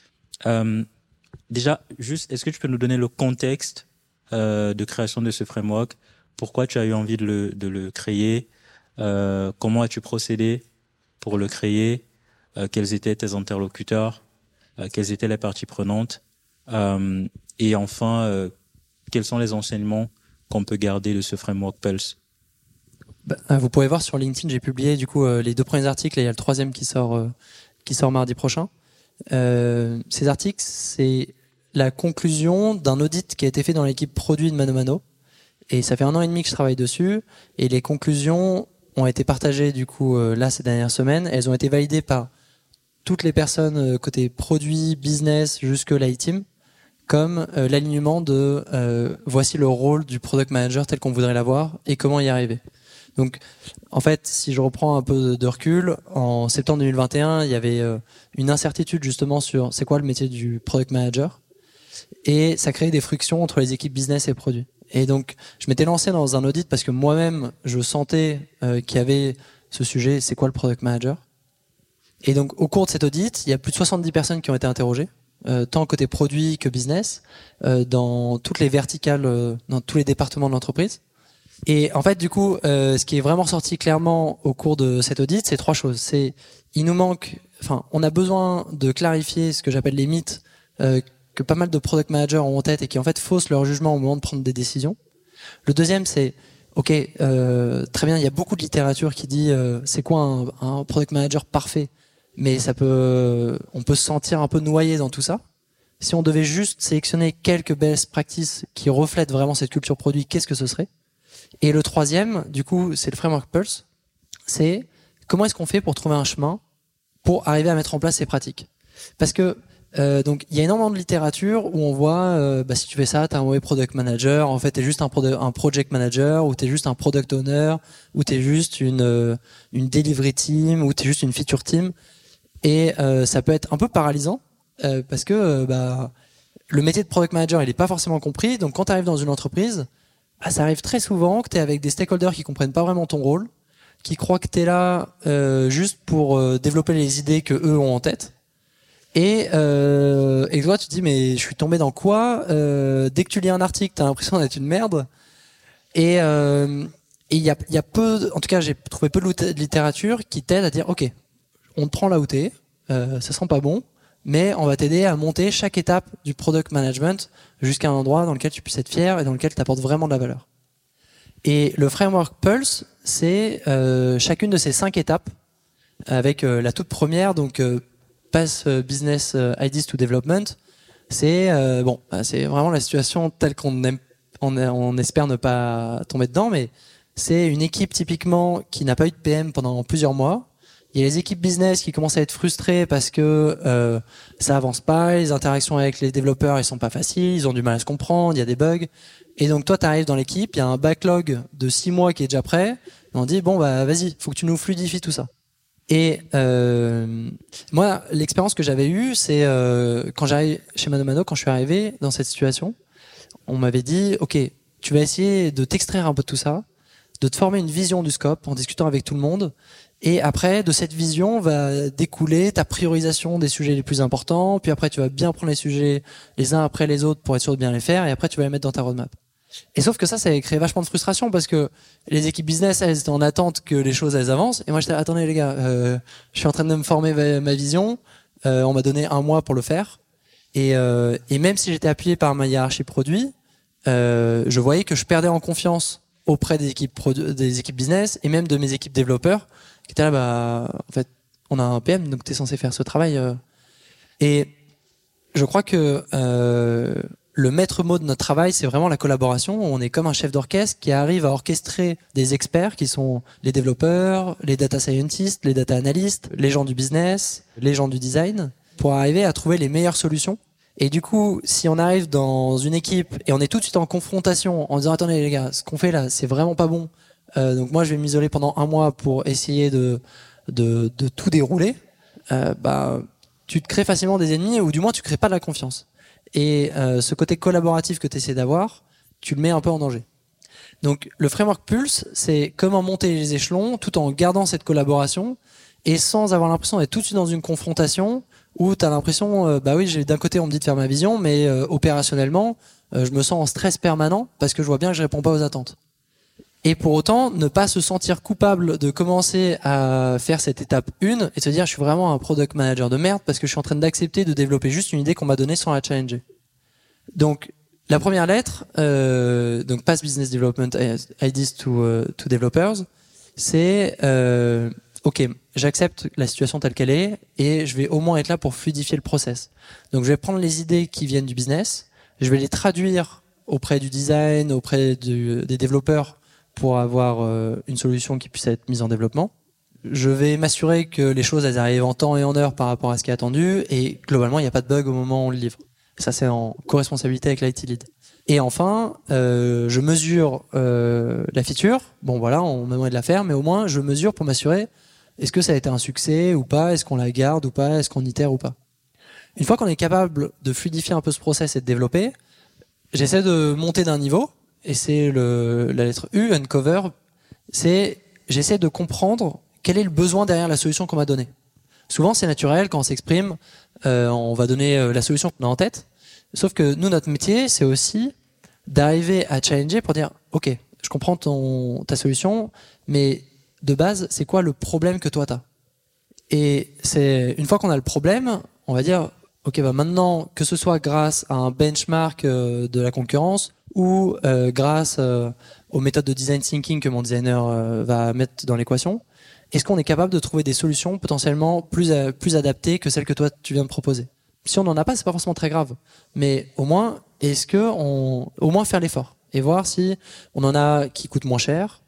Euh, déjà, juste, est-ce que tu peux nous donner le contexte euh, de création de ce framework? Pourquoi tu as eu envie de le, de le créer? euh, Comment as-tu procédé pour le créer? euh, Quels étaient tes interlocuteurs? euh, Quelles étaient les parties prenantes? euh, Et enfin, euh, quels sont les enseignements qu'on peut garder de ce framework Pulse? Bah, vous pouvez voir sur LinkedIn, j'ai publié du coup euh, les deux premiers articles et il y a le troisième qui sort euh, qui sort mardi prochain. Euh, ces articles, c'est la conclusion d'un audit qui a été fait dans l'équipe produit de Mano Mano. Et ça fait un an et demi que je travaille dessus. Et les conclusions ont été partagées du coup euh, là ces dernières semaines. Elles ont été validées par toutes les personnes euh, côté produit, business, jusque l'I-Team, comme euh, l'alignement de euh, voici le rôle du product manager tel qu'on voudrait l'avoir et comment y arriver. Donc, en fait, si je reprends un peu de recul, en septembre deux mille vingt et un, il y avait euh, une incertitude justement sur c'est quoi le métier du product manager, et ça créait des frictions entre les équipes business et produits. Et donc, je m'étais lancé dans un audit parce que moi-même, je sentais euh, qu'il y avait ce sujet, c'est quoi le product manager. Et donc, au cours de cet audit, il y a plus de soixante-dix personnes qui ont été interrogées, euh, tant côté produit que business, euh, dans toutes les verticales, euh, dans tous les départements de l'entreprise. Et en fait, du coup, euh, ce qui est vraiment sorti clairement au cours de cet audit, c'est trois choses. C'est, il nous manque, enfin, on a besoin de clarifier ce que j'appelle les mythes euh, que pas mal de product managers ont en tête et qui en fait faussent leur jugement au moment de prendre des décisions. Le deuxième, c'est, ok, euh, très bien, il y a beaucoup de littérature qui dit euh, c'est quoi un, un product manager parfait, mais ça peut, on peut se sentir un peu noyé dans tout ça. Si on devait juste sélectionner quelques best practices qui reflètent vraiment cette culture produit, qu'est-ce que ce serait? Et le troisième, du coup, c'est le framework Pulse. C'est comment est-ce qu'on fait pour trouver un chemin pour arriver à mettre en place ces pratiques. Parce que euh, donc il y a énormément de littérature où on voit euh, bah, si tu fais ça, t'es un mauvais product manager. En fait, t'es juste un, produ- un project manager, ou t'es juste un product owner, ou t'es juste une euh, une delivery team, ou t'es juste une feature team. Et euh, ça peut être un peu paralysant euh, parce que euh, bah le métier de product manager, il est pas forcément compris. Donc quand tu arrives dans une entreprise, ah, ça arrive très souvent que tu es avec des stakeholders qui comprennent pas vraiment ton rôle, qui croient que tu es là euh, juste pour euh, développer les idées que eux ont en tête. Et, euh, et toi, tu te dis, mais je suis tombé dans quoi euh, Dès que tu lis un article, tu as l'impression d'être une merde. Et euh, et il y a, y a peu, en tout cas, j'ai trouvé peu de littérature qui t'aide à dire, ok, on te prend là où t'es, euh, ça sent pas bon, mais on va t'aider à monter chaque étape du product management jusqu'à un endroit dans lequel tu puisses être fier et dans lequel tu apportes vraiment de la valeur. Et le framework Pulse, c'est euh, chacune de ces cinq étapes, avec euh, la toute première, donc euh, Pass Business Ideas to Development. C'est euh, bon, c'est vraiment la situation telle qu'on aime, on, on espère ne pas tomber dedans, mais c'est une équipe typiquement qui n'a pas eu de P M pendant plusieurs mois. Il y a les équipes business qui commencent à être frustrées parce que euh, ça avance pas, les interactions avec les développeurs, ils sont pas faciles, ils ont du mal à se comprendre, il y a des bugs. Et donc toi, tu arrives dans l'équipe, il y a un backlog de six mois qui est déjà prêt. Et on dit bon bah vas-y, faut que tu nous fluidifies tout ça. Et euh, moi, l'expérience que j'avais eue, c'est euh, quand j'arrive chez Mano Mano, quand je suis arrivé dans cette situation, on m'avait dit ok, tu vas essayer de t'extraire un peu de tout ça, de te former une vision du scope en discutant avec tout le monde. Et après, de cette vision va découler ta priorisation des sujets les plus importants. Puis après, tu vas bien prendre les sujets les uns après les autres pour être sûr de bien les faire. Et après, tu vas les mettre dans ta roadmap. Et sauf que ça, ça a créé vachement de frustration parce que les équipes business, elles étaient en attente que les choses, elles avancent. Et moi, j'étais, attendez les gars, euh, je suis en train de me former ma, ma vision. Euh, on m'a donné un mois pour le faire. Et, euh, et même si j'étais appuyé par ma hiérarchie produit, euh, je voyais que je perdais en confiance auprès des équipes produ- des équipes business et même de mes équipes développeurs qui étaient là, bah, en fait, on a un P M, donc t'es censé faire ce travail. Euh. Et je crois que euh, le maître mot de notre travail, c'est vraiment la collaboration. On est comme un chef d'orchestre qui arrive à orchestrer des experts qui sont les développeurs, les data scientists, les data analysts, les gens du business, les gens du design, pour arriver à trouver les meilleures solutions. Et du coup, si on arrive dans une équipe et on est tout de suite en confrontation en disant attendez les gars, ce qu'on fait là, c'est vraiment pas bon. Euh, donc moi, je vais m'isoler pendant un mois pour essayer de de, de tout dérouler. Euh, bah, tu te crées facilement des ennemis ou du moins tu crées pas de la confiance. Et euh, ce côté collaboratif que tu essaies d'avoir, tu le mets un peu en danger. Donc le framework Pulse, c'est comment monter les échelons tout en gardant cette collaboration et sans avoir l'impression d'être tout de suite dans une confrontation où tu as l'impression, euh, bah oui, j'ai, d'un côté on me dit de faire ma vision, mais euh, opérationnellement, euh, je me sens en stress permanent parce que je vois bien que je réponds pas aux attentes. Et pour autant, ne pas se sentir coupable de commencer à faire cette étape une et de se dire je suis vraiment un product manager de merde parce que je suis en train d'accepter de développer juste une idée qu'on m'a donnée sans la challenger. Donc la première lettre, euh, donc Pass Business Development Ideas to, uh, to Developers, c'est euh, ok, j'accepte la situation telle qu'elle est et je vais au moins être là pour fluidifier le process. Donc je vais prendre les idées qui viennent du business, je vais les traduire auprès du design, auprès du, des développeurs pour avoir euh, une solution qui puisse être mise en développement. Je vais m'assurer que les choses elles arrivent en temps et en heure par rapport à ce qui est attendu et globalement il n'y a pas de bug au moment où on le livre. Ça, c'est en co-responsabilité avec l'I T lead. Et enfin, euh, je mesure euh, la feature. Bon, voilà, on m'a demandé de la faire, mais au moins, je mesure pour m'assurer est-ce que ça a été un succès ou pas, est-ce qu'on la garde ou pas, est-ce qu'on itère ou pas. Une fois qu'on est capable de fluidifier un peu ce process et de développer, j'essaie de monter d'un niveau, et c'est le, la lettre U, uncover, c'est j'essaie de comprendre quel est le besoin derrière la solution qu'on m'a donnée. Souvent, c'est naturel, quand on s'exprime, euh, on va donner euh, la solution qu'on a en tête. Sauf que nous, notre métier, c'est aussi d'arriver à challenger pour dire « Ok, je comprends ton, ta solution, mais de base, c'est quoi le problème que toi, t'as ?» Et c'est une fois qu'on a le problème, on va dire « Ok, bah maintenant, que ce soit grâce à un benchmark euh, de la concurrence ou euh, grâce euh, aux méthodes de design thinking que mon designer euh, va mettre dans l'équation, est-ce qu'on est capable de trouver des solutions potentiellement plus, euh, plus adaptées que celles que toi, tu viens de proposer ?» Si on n'en a pas, c'est pas forcément très grave. Mais au moins, est-ce que on, au moins faire l'effort et voir si on en a qui coûtent moins cher,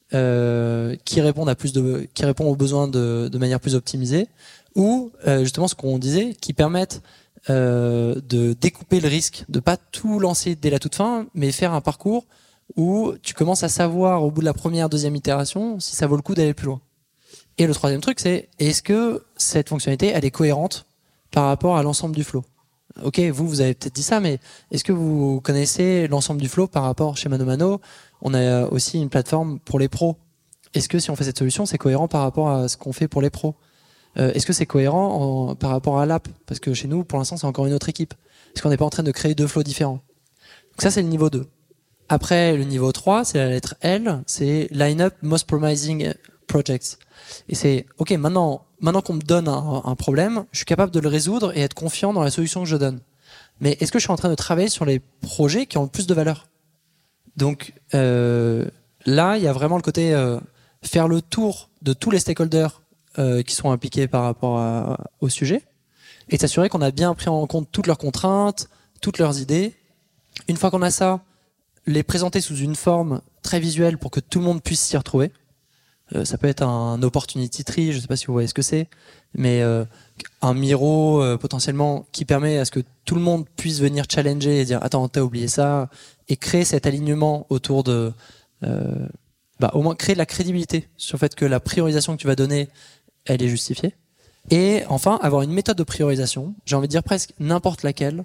euh, qui répondent à plus de, qui répondent aux besoins de, de manière plus optimisée, ou euh, justement ce qu'on disait, qui permettent euh, de découper le risque, de pas tout lancer dès la toute fin, mais faire un parcours où tu commences à savoir au bout de la première, deuxième itération si ça vaut le coup d'aller plus loin. Et le troisième truc, c'est est-ce que cette fonctionnalité, elle est cohérente par rapport à l'ensemble du flow. Ok, vous, vous avez peut-être dit ça, mais est-ce que vous connaissez l'ensemble du flow par rapport chez Mano Mano? On a aussi une plateforme pour les pros. Est-ce que si on fait cette solution, c'est cohérent par rapport à ce qu'on fait pour les pros? euh, Est-ce que c'est cohérent en, par rapport à l'app? Parce que chez nous, pour l'instant, c'est encore une autre équipe. Est-ce qu'on n'est pas en train de créer deux flows différents? Donc ça, c'est le niveau deux. Après, le niveau trois, c'est la lettre L, c'est Line-up Most Promising Projects. Et c'est, ok, maintenant, maintenant qu'on me donne un, un problème, je suis capable de le résoudre et être confiant dans la solution que je donne. Mais est-ce que je suis en train de travailler sur les projets qui ont le plus de valeur? Donc euh, là, il y a vraiment le côté euh, faire le tour de tous les stakeholders euh, qui sont impliqués par rapport à, au sujet et s'assurer qu'on a bien pris en compte toutes leurs contraintes, toutes leurs idées. Une fois qu'on a ça, les présenter sous une forme très visuelle pour que tout le monde puisse s'y retrouver. Euh, ça peut être un opportunity tree, je ne sais pas si vous voyez ce que c'est, mais euh, un Miro euh, potentiellement qui permet à ce que tout le monde puisse venir challenger et dire attends, t'as oublié ça, et créer cet alignement autour de, euh, bah, au moins créer de la crédibilité sur le fait que la priorisation que tu vas donner, elle est justifiée. Et enfin, avoir une méthode de priorisation, j'ai envie de dire presque n'importe laquelle,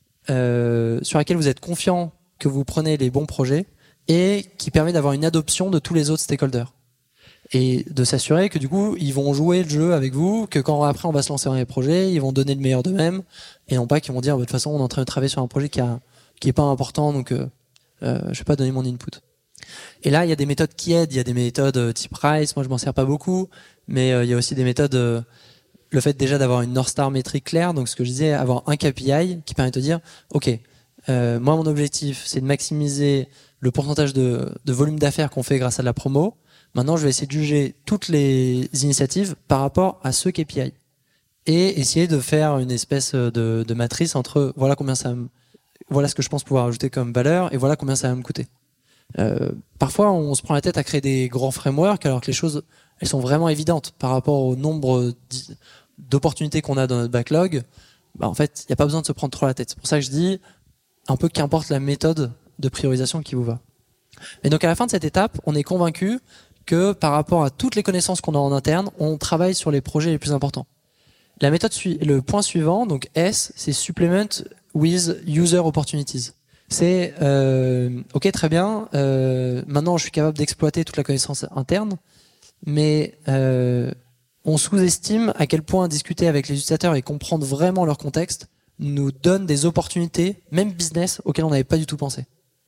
euh, sur laquelle vous êtes confiant que vous prenez les bons projets et qui permet d'avoir une adoption de tous les autres stakeholders. Et de s'assurer que du coup ils vont jouer le jeu avec vous, que quand après on va se lancer dans les projets, ils vont donner le meilleur d'eux-mêmes et non pas qu'ils vont dire bah, de toute façon on est en train de travailler sur un projet qui a qui est pas important donc euh, euh, je vais pas donner mon input. Et là il y a des méthodes qui aident, il y a des méthodes euh, type RISE, moi je m'en sers pas beaucoup, mais euh, il y a aussi des méthodes euh, le fait déjà d'avoir une North Star métrique claire, donc ce que je disais, avoir un K P I qui permet de dire ok, euh, moi mon objectif c'est de maximiser le pourcentage de, de volume d'affaires qu'on fait grâce à de la promo. Maintenant, je vais essayer de juger toutes les initiatives par rapport à ce K P I et essayer de faire une espèce de, de matrice entre voilà combien ça me, voilà ce que je pense pouvoir ajouter comme valeur et voilà combien ça va me coûter. Euh, parfois, on se prend la tête à créer des grands frameworks alors que les choses, elles sont vraiment évidentes par rapport au nombre d'opportunités qu'on a dans notre backlog. Bah, en fait, il n'y a pas besoin de se prendre trop la tête. C'est pour ça que je dis un peu qu'importe la méthode de priorisation qui vous va. Et donc, à la fin de cette étape, on est convaincu que par rapport à toutes les connaissances qu'on a en interne, on travaille sur les projets les plus importants. La méthode suit, le point suivant, donc S, c'est Supplement with User Opportunities. C'est, euh, ok, très bien, euh, maintenant je suis capable d'exploiter toute la connaissance interne, mais euh, on sous-estime à quel point discuter avec les utilisateurs et comprendre vraiment leur contexte nous donne des opportunités, même business, auxquelles on n'avait pas du tout pensé.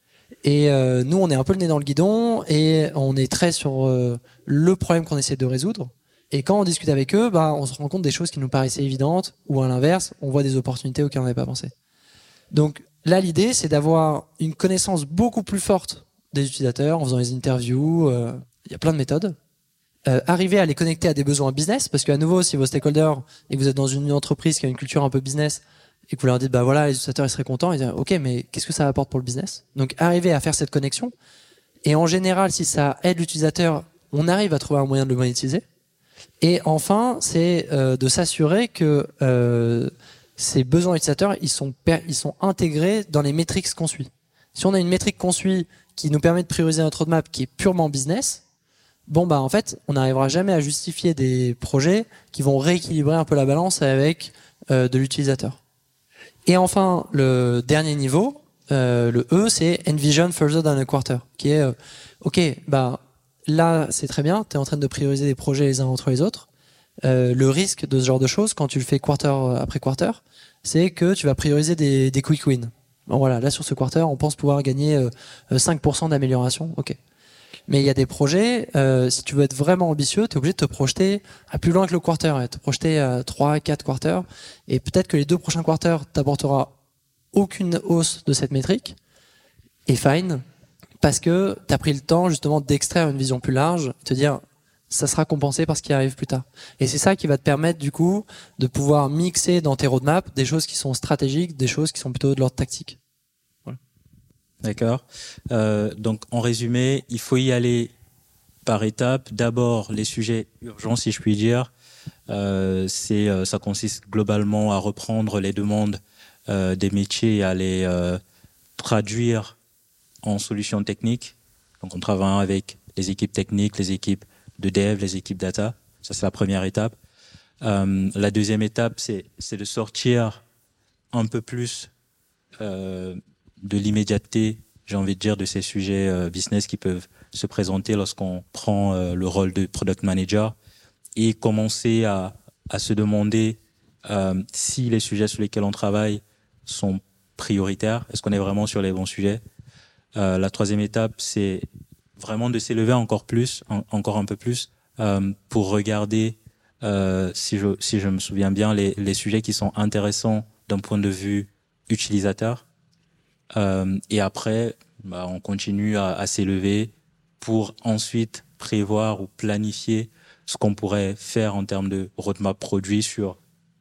Et euh, nous, on est un peu le nez dans le guidon et on est très sur euh, le problème qu'on essaie de résoudre. Et quand on discute avec eux, bah, on se rend compte des choses qui nous paraissaient évidentes ou à l'inverse, on voit des opportunités auxquelles on n'avait pas pensé. Donc là, l'idée, c'est d'avoir une connaissance beaucoup plus forte des utilisateurs en faisant des interviews. Euh, il y a plein de méthodes. Euh, arriver à les connecter à des besoins business, parce qu'à nouveau, si vos stakeholders et que vous êtes dans une entreprise qui a une culture un peu business, et que vous leur dites, bah voilà, les utilisateurs, ils seraient contents, ils disent, ok, mais qu'est-ce que ça apporte pour le business? Donc, arriver à faire cette connexion. Et en général, si ça aide l'utilisateur, on arrive à trouver un moyen de le monétiser. Et enfin, c'est euh, de s'assurer que euh, ces besoins utilisateurs, ils sont, per- ils sont intégrés dans les métriques qu'on suit. Si on a une métrique qu'on suit qui nous permet de prioriser notre roadmap qui est purement business, bon bah en fait, on n'arrivera jamais à justifier des projets qui vont rééquilibrer un peu la balance avec euh, de l'utilisateur. Et enfin, le dernier niveau, euh, le E, c'est Envision Further Than a Quarter, qui est euh, ok, bah là c'est très bien, tu es en train de prioriser des projets les uns entre les autres. Euh, le risque de ce genre de choses, quand tu le fais quarter après quarter, c'est que tu vas prioriser des, des quick wins. Bon voilà, là sur ce quarter, on pense pouvoir gagner euh, cinq pour cent d'amélioration. Ok. Mais il y a des projets, euh, si tu veux être vraiment ambitieux, tu es obligé de te projeter à plus loin que le quarter, te projeter à trois, quatre quarters, et peut-être que les deux prochains quarters t'apportera aucune hausse de cette métrique, et fine, parce que tu as pris le temps justement d'extraire une vision plus large, et te dire ça sera compensé par ce qui arrive plus tard. Et c'est ça qui va te permettre du coup de pouvoir mixer dans tes roadmaps des choses qui sont stratégiques, des choses qui sont plutôt de l'ordre tactique. Voilà. D'accord. Euh, donc en résumé, il faut y aller par étapes. D'abord les sujets urgents, si je puis dire. Euh, c'est, euh, ça consiste globalement à reprendre les demandes euh, des métiers et à les euh, traduire en solutions techniques. Donc on travaille avec les équipes techniques, les équipes de dev, les équipes data. Ça, c'est la première étape. Euh, la deuxième étape, c'est, c'est de sortir un peu plus euh, de l'immédiateté, j'ai envie de dire, de ces sujets euh, business qui peuvent se présenter lorsqu'on prend euh, le rôle de product manager et commencer à, à se demander euh, si les sujets sur lesquels on travaille sont prioritaires. Est-ce qu'on est vraiment sur les bons sujets? Euh, la troisième étape, c'est vraiment de s'élever encore plus, en, encore un peu plus, euh, pour regarder, euh, si je si je me souviens bien, les les sujets qui sont intéressants d'un point de vue utilisateur. Euh, et après, bah, on continue à, à s'élever pour ensuite prévoir ou planifier ce qu'on pourrait faire en termes de roadmap produit sur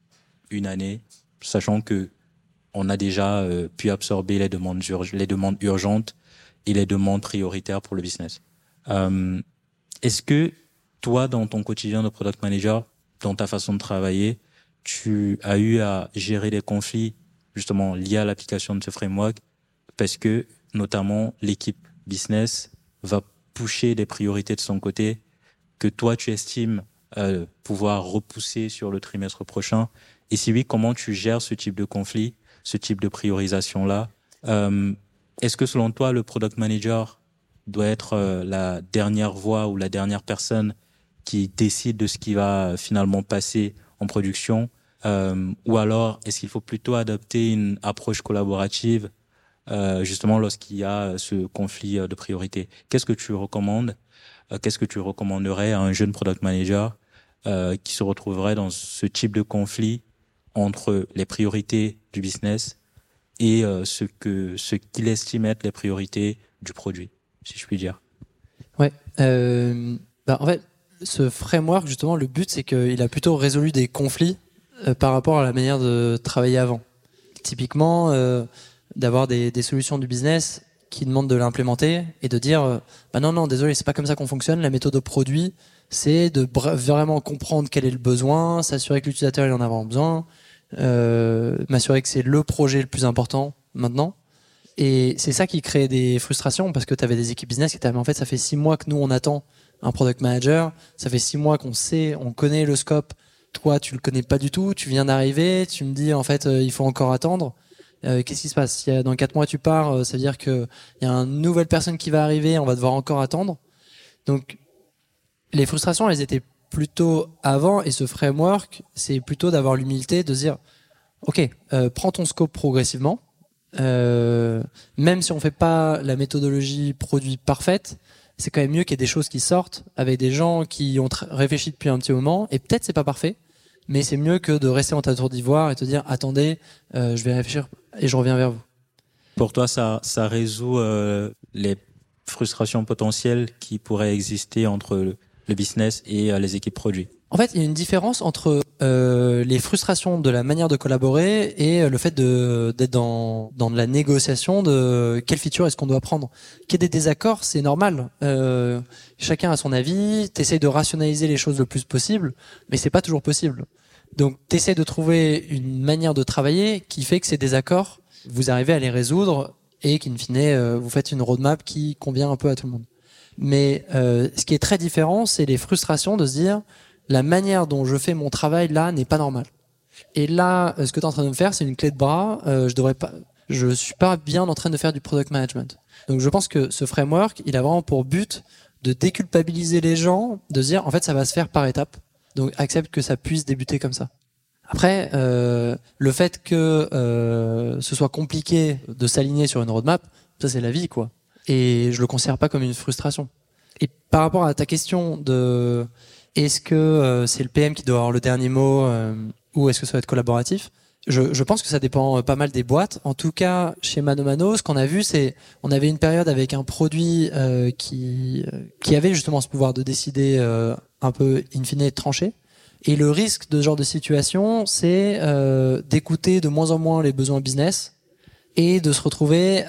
une année, sachant que on a déjà euh, pu absorber les demandes urg- les demandes urgentes et les demandes prioritaires pour le business. Euh, est-ce que toi, dans ton quotidien de product manager, dans ta façon de travailler, tu as eu à gérer des conflits justement liés à l'application de ce framework parce que notamment l'équipe business va pusher des priorités de son côté que toi tu estimes euh, pouvoir repousser sur le trimestre prochain? Et si oui, comment tu gères ce type de conflit, ce type de priorisation-là? euh, Est-ce que selon toi, le product manager doit être euh, la dernière voix ou la dernière personne qui décide de ce qui va finalement passer en production, euh, ou alors est-ce qu'il faut plutôt adopter une approche collaborative euh, justement lorsqu'il y a ce conflit de priorité? Qu'est-ce que tu recommandes euh, Qu'est-ce que tu recommanderais à un jeune product manager euh, qui se retrouverait dans ce type de conflit entre les priorités du business et euh, ce que ce qu'il estime être les priorités du produit, si je puis dire? Ouais. Euh, bah en fait, ce framework, justement, le but, c'est qu'il a plutôt résolu des conflits euh, par rapport à la manière de travailler avant. Typiquement, euh, d'avoir des, des solutions du business qui demandent de l'implémenter et de dire euh, bah non, non, désolé, c'est pas comme ça qu'on fonctionne. La méthode au produit, c'est de br- vraiment comprendre quel est le besoin, s'assurer que l'utilisateur il en a vraiment besoin, euh, m'assurer que c'est le projet le plus important maintenant. Et c'est ça qui crée des frustrations parce que tu avais des équipes business qui étaient, mais en fait, ça fait six mois que nous, on attend un product manager. Ça fait six mois qu'on sait, on connaît le scope. Toi, tu le connais pas du tout. Tu viens d'arriver. Tu me dis, en fait, euh, il faut encore attendre. Euh, qu'est-ce qui se passe? Si dans quatre mois, tu pars, euh, ça veut dire qu'il y a une nouvelle personne qui va arriver. On va devoir encore attendre. Donc, les frustrations, elles étaient plutôt avant. Et ce framework, c'est plutôt d'avoir l'humilité de se dire, OK, euh, prends ton scope progressivement. Euh, même si on fait pas la méthodologie produit parfaite, c'est quand même mieux qu'il y ait des choses qui sortent avec des gens qui ont tr- réfléchi depuis un petit moment, et peut-être c'est pas parfait, mais c'est mieux que de rester en ta tour d'ivoire et te dire attendez, euh, je vais réfléchir et je reviens vers vous. Pour toi, ça, ça résout euh, les frustrations potentielles qui pourraient exister entre le, le business et euh, les équipes produits? En fait, il y a une différence entre euh, les frustrations de la manière de collaborer et le fait de d'être dans dans de la négociation de quelle feature est-ce qu'on doit prendre. Qu'il y ait des désaccords, c'est normal. Euh, chacun a son avis. T'essayes de rationaliser les choses le plus possible, mais c'est pas toujours possible. Donc, t'essaies de trouver une manière de travailler qui fait que ces désaccords, vous arrivez à les résoudre et qu'in fine, euh, vous faites une roadmap qui convient un peu à tout le monde. Mais euh, ce qui est très différent, c'est les frustrations de se dire la manière dont je fais mon travail là n'est pas normale. Et là, ce que tu es en train de me faire, c'est une clé de bras. Euh, je devrais pas, je suis pas bien en train de faire du product management. Donc, je pense que ce framework, il a vraiment pour but de déculpabiliser les gens, de se dire en fait, ça va se faire par étapes. Donc, accepte que ça puisse débuter comme ça. Après, euh, le fait que euh, ce soit compliqué de s'aligner sur une roadmap, ça c'est la vie, quoi. Et je le considère pas comme une frustration. Et par rapport à ta question de est-ce que euh, c'est le P M qui doit avoir le dernier mot euh, ou est-ce que ça va être collaboratif, je, je pense que ça dépend pas mal des boîtes. En tout cas, chez Mano Mano, ce qu'on a vu, c'est on avait une période avec un produit euh, qui qui avait justement ce pouvoir de décider euh, un peu in fine tranché. Et le risque de ce genre de situation, c'est euh, d'écouter de moins en moins les besoins business et de se retrouver,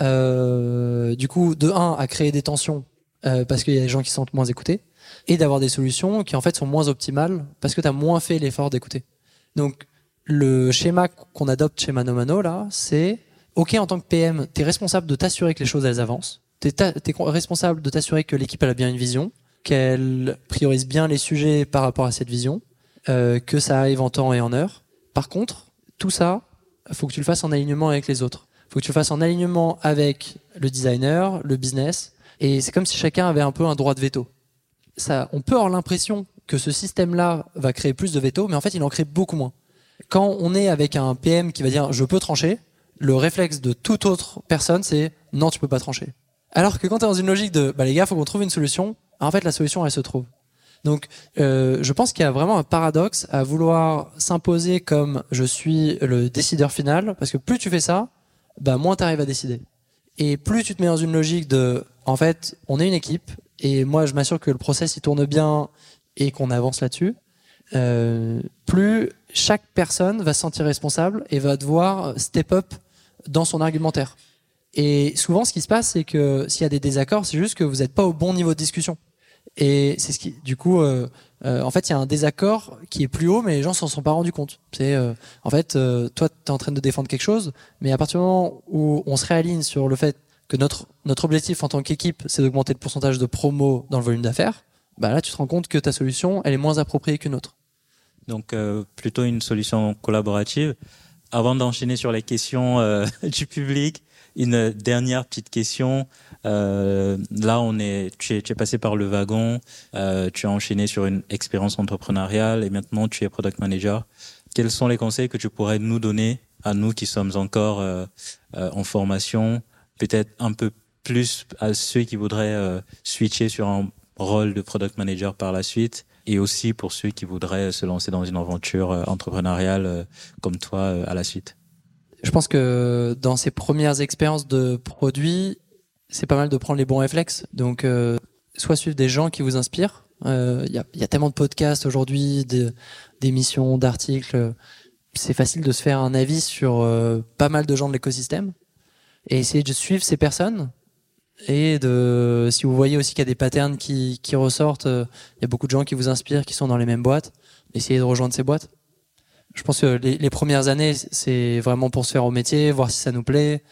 euh, du coup, de un, à créer des tensions euh, parce qu'il y a des gens qui se sentent moins écoutés et d'avoir des solutions qui, en fait, sont moins optimales parce que tu as moins fait l'effort d'écouter. Donc, le schéma qu'on adopte chez Mano Mano, là, c'est OK, en tant que P M, tu es responsable de t'assurer que les choses, elles avancent. Tu es responsable de t'assurer que l'équipe, elle a bien une vision, qu'elle priorise bien les sujets par rapport à cette vision. Euh, que ça arrive en temps et en heure. Par contre, tout ça, faut que tu le fasses en alignement avec les autres. Faut que tu le fasses en alignement avec le designer, le business. Et c'est comme si chacun avait un peu un droit de veto. Ça, on peut avoir l'impression que ce système-là va créer plus de veto, mais en fait, il en crée beaucoup moins. Quand on est avec un P M qui va dire « je peux trancher », le réflexe de toute autre personne, c'est « non, tu peux pas trancher ». Alors que quand tu es dans une logique de « bah les gars, faut qu'on trouve une solution », en fait, la solution, elle se trouve. Donc, euh, je pense qu'il y a vraiment un paradoxe à vouloir s'imposer comme je suis le décideur final, parce que plus tu fais ça, bah moins tu arrives à décider. Et plus tu te mets dans une logique de, en fait, on est une équipe, et moi je m'assure que le process il tourne bien et qu'on avance là-dessus. Euh, plus chaque personne va se sentir responsable et va devoir step up dans son argumentaire. Et souvent, ce qui se passe, c'est que s'il y a des désaccords, c'est juste que vous n'êtes pas au bon niveau de discussion. Et c'est ce qui, du coup, euh, euh, en fait, il y a un désaccord qui est plus haut, mais les gens s'en sont pas rendus compte. C'est, euh, en fait, euh, toi, t'es en train de défendre quelque chose, mais à partir du moment où on se réaligne sur le fait que notre notre objectif en tant qu'équipe, c'est d'augmenter le pourcentage de promo dans le volume d'affaires, bah là, tu te rends compte que ta solution, elle est moins appropriée qu'une autre. Donc, euh, plutôt une solution collaborative. Avant d'enchaîner sur les questions euh, du public, une dernière petite question. Euh, là, on est, tu es, tu es passé par le wagon, euh, tu as enchaîné sur une expérience entrepreneuriale et maintenant tu es product manager. Quels sont les conseils que tu pourrais nous donner à nous qui sommes encore euh, euh, en formation, peut-être un peu plus à ceux qui voudraient euh, switcher sur un rôle de product manager par la suite, et aussi pour ceux qui voudraient se lancer dans une aventure euh, entrepreneuriale euh, comme toi euh, à la suite? Je pense que dans ces premières expériences de produits, c'est pas mal de prendre les bons réflexes. Donc, euh, soit suivre des gens qui vous inspirent. Il euh, y, a, y a tellement de podcasts aujourd'hui, de, d'émissions, d'articles. C'est facile de se faire un avis sur euh, pas mal de gens de l'écosystème. Et essayer de suivre ces personnes. Et de, si vous voyez aussi qu'il y a des patterns qui, qui ressortent, il euh, y a beaucoup de gens qui vous inspirent, qui sont dans les mêmes boîtes. Essayez de rejoindre ces boîtes. Je pense que les, les premières années, c'est vraiment pour se faire au métier, voir si ça nous plaît.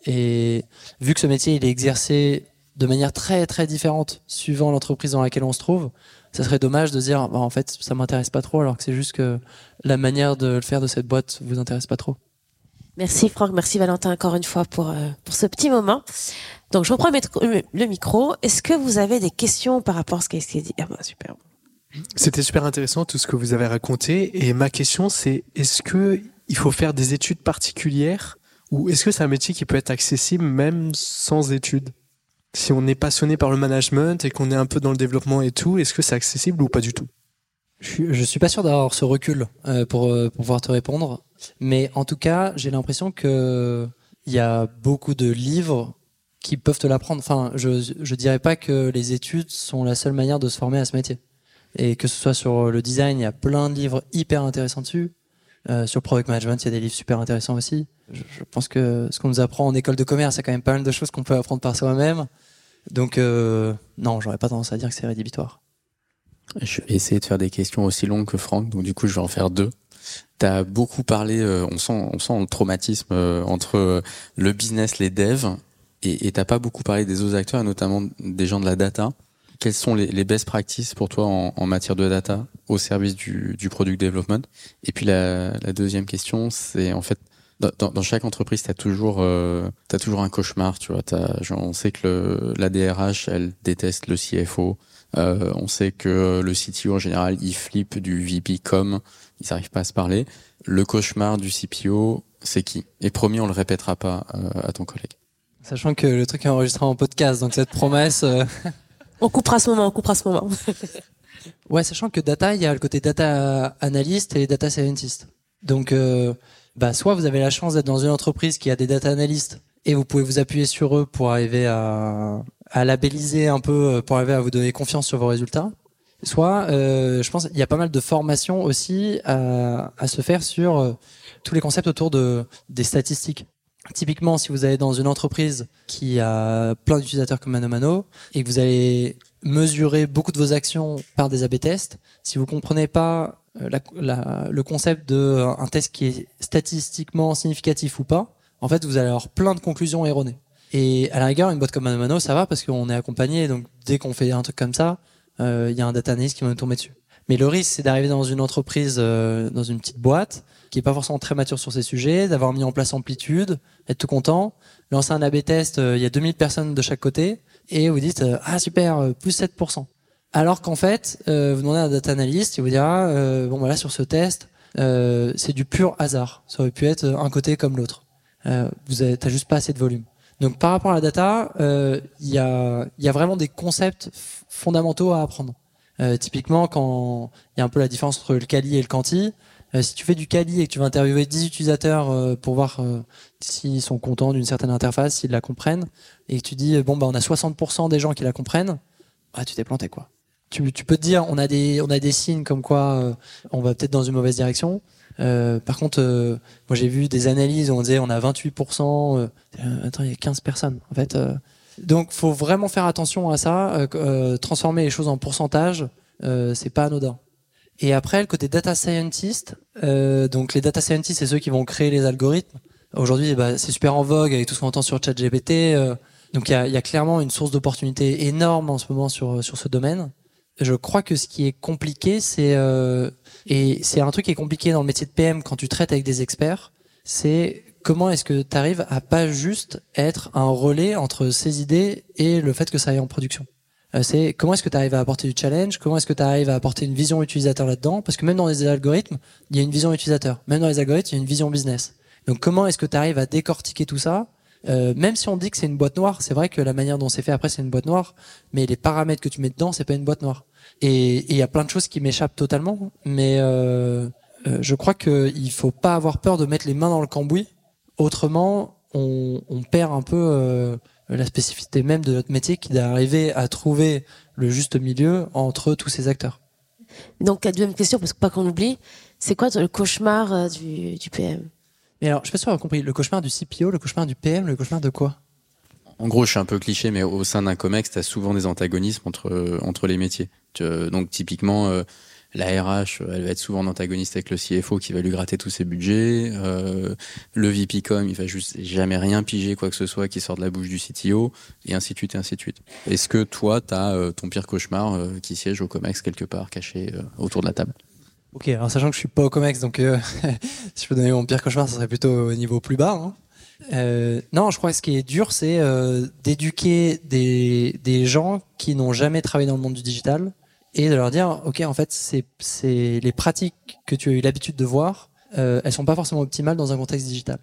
Et vu que ce métier, il est exercé de manière très très différente suivant l'entreprise dans laquelle on se trouve, ça serait dommage de dire bah, en fait ça m'intéresse pas trop, alors que c'est juste que la manière de le faire de cette boîte vous intéresse pas trop. Merci Franck, merci Valentin encore une fois pour euh, pour ce petit moment. Donc je reprends le micro. Est-ce que vous avez des questions par rapport à ce qui a été dit? Ah bah super. C'était super intéressant tout ce que vous avez raconté. Et ma question, c'est est-ce que il faut faire des études particulières ou est-ce que c'est un métier qui peut être accessible même sans études? Si on est passionné par le management et qu'on est un peu dans le développement et tout, est-ce que c'est accessible ou pas du tout? Je suis, je suis pas sûr d'avoir ce recul euh, pour, euh, pour pouvoir te répondre. Mais en tout cas, j'ai l'impression que il y a beaucoup de livres qui peuvent te l'apprendre. Enfin, je, je dirais pas que les études sont la seule manière de se former à ce métier. Et que ce soit sur le design, il y a plein de livres hyper intéressants dessus. Euh, sur product management, il y a des livres super intéressants aussi. Je, je pense que ce qu'on nous apprend en école de commerce, il y a quand même pas mal de choses qu'on peut apprendre par soi-même. Donc, euh, non, j'aurais pas tendance à dire que c'est rédhibitoire. Je vais essayer de faire des questions aussi longues que Franck, donc du coup, je vais en faire deux. T'as beaucoup parlé, euh, on sent, on sent le traumatisme euh, entre euh, le business, les devs, et, et t'as pas beaucoup parlé des autres acteurs, et notamment des gens de la data. Quelles sont les, les best practices pour toi en, en matière de data au service du, du product development? Et puis la, la deuxième question, c'est en fait, dans, dans chaque entreprise, t'as toujours, euh, t'as toujours un cauchemar, tu vois. T'as, genre, on sait que le, la D R H, elle déteste le C F O. Euh, on sait que le C T O en général, il flippe du V P com. Ils n'arrivent pas à se parler. Le cauchemar du C P O, c'est qui? Et promis, on le répétera pas euh, à ton collègue. Sachant que le truc est enregistré en podcast, donc cette promesse... Euh... On coupera ce moment, on coupera ce moment. Ouais, sachant que data, il y a le côté data analyst et les data scientist. Donc, euh, bah, soit vous avez la chance d'être dans une entreprise qui a des data analysts et vous pouvez vous appuyer sur eux pour arriver à, à labelliser un peu, pour arriver à vous donner confiance sur vos résultats. Soit, euh, je pense, il y a pas mal de formations aussi à, à se faire sur euh, tous les concepts autour de des statistiques. Typiquement, si vous allez dans une entreprise qui a plein d'utilisateurs comme Mano Mano et que vous allez mesurer beaucoup de vos actions par des A B tests, si vous comprenez pas la, la, le concept de un test qui est statistiquement significatif ou pas, en fait, vous allez avoir plein de conclusions erronées. Et à la rigueur, une boîte comme Mano Mano, ça va parce qu'on est accompagné, donc dès qu'on fait un truc comme ça, il euh, y a un data analyst qui va nous tomber dessus. Mais le risque, c'est d'arriver dans une entreprise, euh, dans une petite boîte, qui est pas forcément très mature sur ces sujets, d'avoir mis en place Amplitude, être tout content, lancer un A B test, il euh, y a deux mille personnes de chaque côté, et vous dites euh, ah super, euh, plus sept pour cent. Alors qu'en fait, euh, vous demandez à un data analyst, il vous dira euh, bon voilà, sur ce test, euh, c'est du pur hasard. Ça aurait pu être un côté comme l'autre. Euh, vous avez, t'as juste pas assez de volume. Donc par rapport à la data, il euh, y a il y a vraiment des concepts f- fondamentaux à apprendre. Euh, typiquement, quand il y a un peu la différence entre le quali et le quanti, euh, si tu fais du quali et que tu vas interviewer dix utilisateurs euh, pour voir euh, s'ils sont contents d'une certaine interface, s'ils la comprennent, et que tu dis bon bah on a soixante pour cent des gens qui la comprennent, ah tu t'es planté quoi. Tu, tu peux te dire on a des on a des signes comme quoi euh, on va peut-être dans une mauvaise direction. Euh, par contre, euh, moi j'ai vu des analyses où on disait on a vingt-huit pour cent. Euh, attends, il y a quinze personnes en fait. Euh, Donc, faut vraiment faire attention à ça. Euh, euh, transformer les choses en pourcentage, euh, c'est pas anodin. Et après, le côté data scientist. Euh, donc, les data scientists, c'est ceux qui vont créer les algorithmes. Aujourd'hui, bah, c'est super en vogue avec tout ce qu'on entend sur ChatGPT. Euh, donc, il y a, y a clairement une source d'opportunité énorme en ce moment sur sur ce domaine. Je crois que ce qui est compliqué, c'est euh, et c'est un truc qui est compliqué dans le métier de P M quand tu traites avec des experts, c'est comment est-ce que tu arrives à pas juste être un relais entre ces idées et le fait que ça aille en production. Euh, c'est comment est-ce que tu arrives à apporter du challenge, comment est-ce que tu arrives à apporter une vision utilisateur là-dedans, parce que même dans les algorithmes, il y a une vision utilisateur. Même dans les algorithmes, il y a une vision business. Donc comment est-ce que tu arrives à décortiquer tout ça, euh, même si on dit que c'est une boîte noire, c'est vrai que la manière dont c'est fait après c'est une boîte noire, mais les paramètres que tu mets dedans, c'est pas une boîte noire. Et il y a plein de choses qui m'échappent totalement, mais euh, euh, je crois qu'il faut pas avoir peur de mettre les mains dans le cambouis. Autrement, on, on perd un peu euh, la spécificité même de notre métier, qui d'arriver à trouver le juste milieu entre tous ces acteurs. Donc, la deuxième question, parce que pas qu'on oublie, c'est quoi le cauchemar euh, du, du P M? Mais alors, je sais pas si on a compris, le cauchemar du C P O, le cauchemar du P M, le cauchemar de quoi? En gros, je suis un peu cliché, mais au sein d'un comex, t'as souvent des antagonismes entre entre les métiers. Tu, donc, typiquement, euh, la R H, elle va être souvent en antagoniste avec le C F O qui va lui gratter tous ses budgets. Euh, le V P com, il va juste jamais rien piger, quoi que ce soit, qui sort de la bouche du C T O, et ainsi de suite, et ainsi de suite. Est-ce que toi, t'as euh, ton pire cauchemar euh, qui siège au comex quelque part, caché euh, autour de la table? Ok, alors sachant que je suis pas au comex, donc euh, si je peux donner mon pire cauchemar, ça serait plutôt au niveau plus bas. Hein. Euh, non, je crois que ce qui est dur, c'est euh, d'éduquer des, des gens qui n'ont jamais travaillé dans le monde du digital et de leur dire, ok, en fait, c'est, c'est les pratiques que tu as eu l'habitude de voir, euh, elles sont pas forcément optimales dans un contexte digital.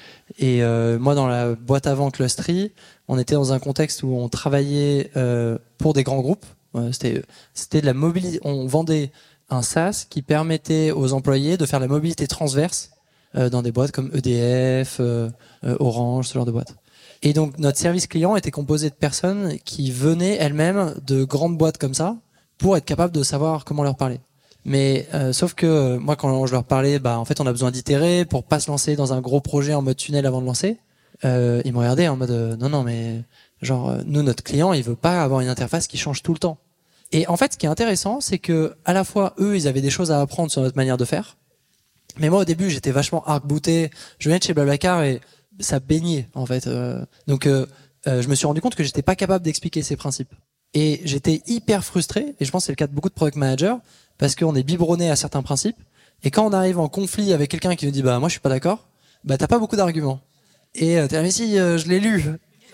Et euh, moi, dans la boîte avant Clustery, on était dans un contexte où on travaillait euh, pour des grands groupes. Euh, c'était, c'était de la mobilité. On vendait un SaaS qui permettait aux employés de faire la mobilité transverse euh, dans des boîtes comme E D F, euh, euh, Orange, ce genre de boîtes. Et donc, notre service client était composé de personnes qui venaient elles-mêmes de grandes boîtes comme ça pour être capables de savoir comment leur parler. Mais euh, sauf que euh, moi, quand je leur parlais, bah en fait, on a besoin d'itérer pour pas se lancer dans un gros projet en mode tunnel avant de lancer. Euh, ils me regardaient en mode euh, non, non, mais genre euh, nous, notre client, il veut pas avoir une interface qui change tout le temps. Et en fait, ce qui est intéressant, c'est que à la fois eux, ils avaient des choses à apprendre sur notre manière de faire, Mais moi, au début, j'étais vachement arc-bouté. Je venais de chez Blablacar et ça baignait, en fait. Euh, donc, euh, euh, je me suis rendu compte que j'étais pas capable d'expliquer ces principes. Et j'étais hyper frustré, et je pense que c'est le cas de beaucoup de product managers, parce qu'on est biberonné à certains principes. Et quand on arrive en conflit avec quelqu'un qui nous dit, bah, moi, je suis pas d'accord, bah, t'as pas beaucoup d'arguments. Et euh, t'es là, mais si, euh, je l'ai lu.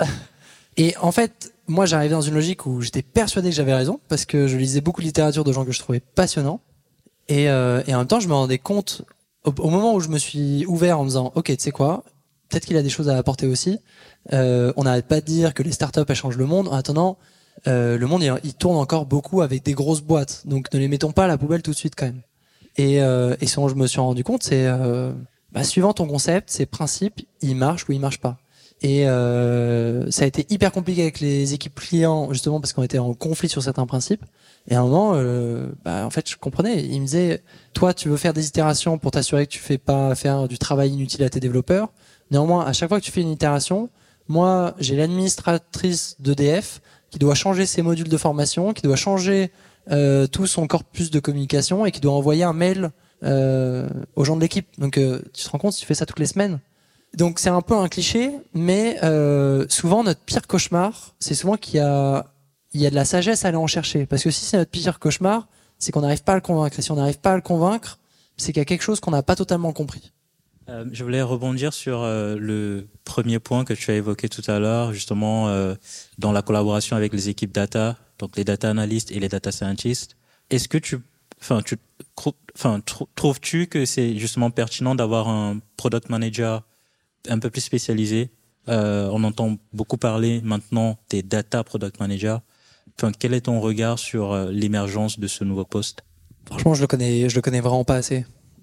Et en fait, moi, j'arrivais dans une logique où j'étais persuadé que j'avais raison, parce que je lisais beaucoup de littérature de gens que je trouvais passionnants. Et, euh, et en même temps, je me rendais compte, au, au moment où je me suis ouvert en me disant, ok, tu sais quoi, peut-être qu'il a des choses à apporter aussi. Euh, on n'arrête pas de dire que les startups, elles changent le monde. En attendant, euh, le monde, il, il tourne encore beaucoup avec des grosses boîtes. Donc, ne les mettons pas à la poubelle tout de suite, quand même. Et, euh, et ce dont je me suis rendu compte, c'est, euh, bah, suivant ton concept, ces principes, ils marchent ou ils marchent pas. Et euh, ça a été hyper compliqué avec les équipes clients, justement, parce qu'on était en conflit sur certains principes. Et à un moment, euh, bah, en fait, je comprenais. Il me disait, toi, tu veux faire des itérations pour t'assurer que tu fais pas faire du travail inutile à tes développeurs. Néanmoins, à chaque fois que tu fais une itération, moi, j'ai l'administratrice d'E D F qui doit changer ses modules de formation, qui doit changer euh, tout son corpus de communication et qui doit envoyer un mail euh, aux gens de l'équipe. Donc, euh, tu te rends compte, tu fais ça toutes les semaines. Donc, c'est un peu un cliché, mais euh, souvent, notre pire cauchemar, c'est souvent qu'il y a, il y a de la sagesse à aller en chercher. Parce que si c'est notre pire cauchemar, c'est qu'on n'arrive pas à le convaincre. Et si on n'arrive pas à le convaincre, c'est qu'il y a quelque chose qu'on n'a pas totalement compris. Euh, je voulais rebondir sur euh, le premier point que tu as évoqué tout à l'heure, justement euh, dans la collaboration avec les équipes data, donc les data analysts et les data scientists. Est-ce que tu, enfin, tu, enfin, trouves-tu que c'est justement pertinent d'avoir un product manager un peu plus spécialisé? Euh, on entend beaucoup parler maintenant des data product managers. Enfin, quel est ton regard sur euh, l'émergence de ce nouveau poste? Franchement, je le connais, je le connais vraiment pas assez.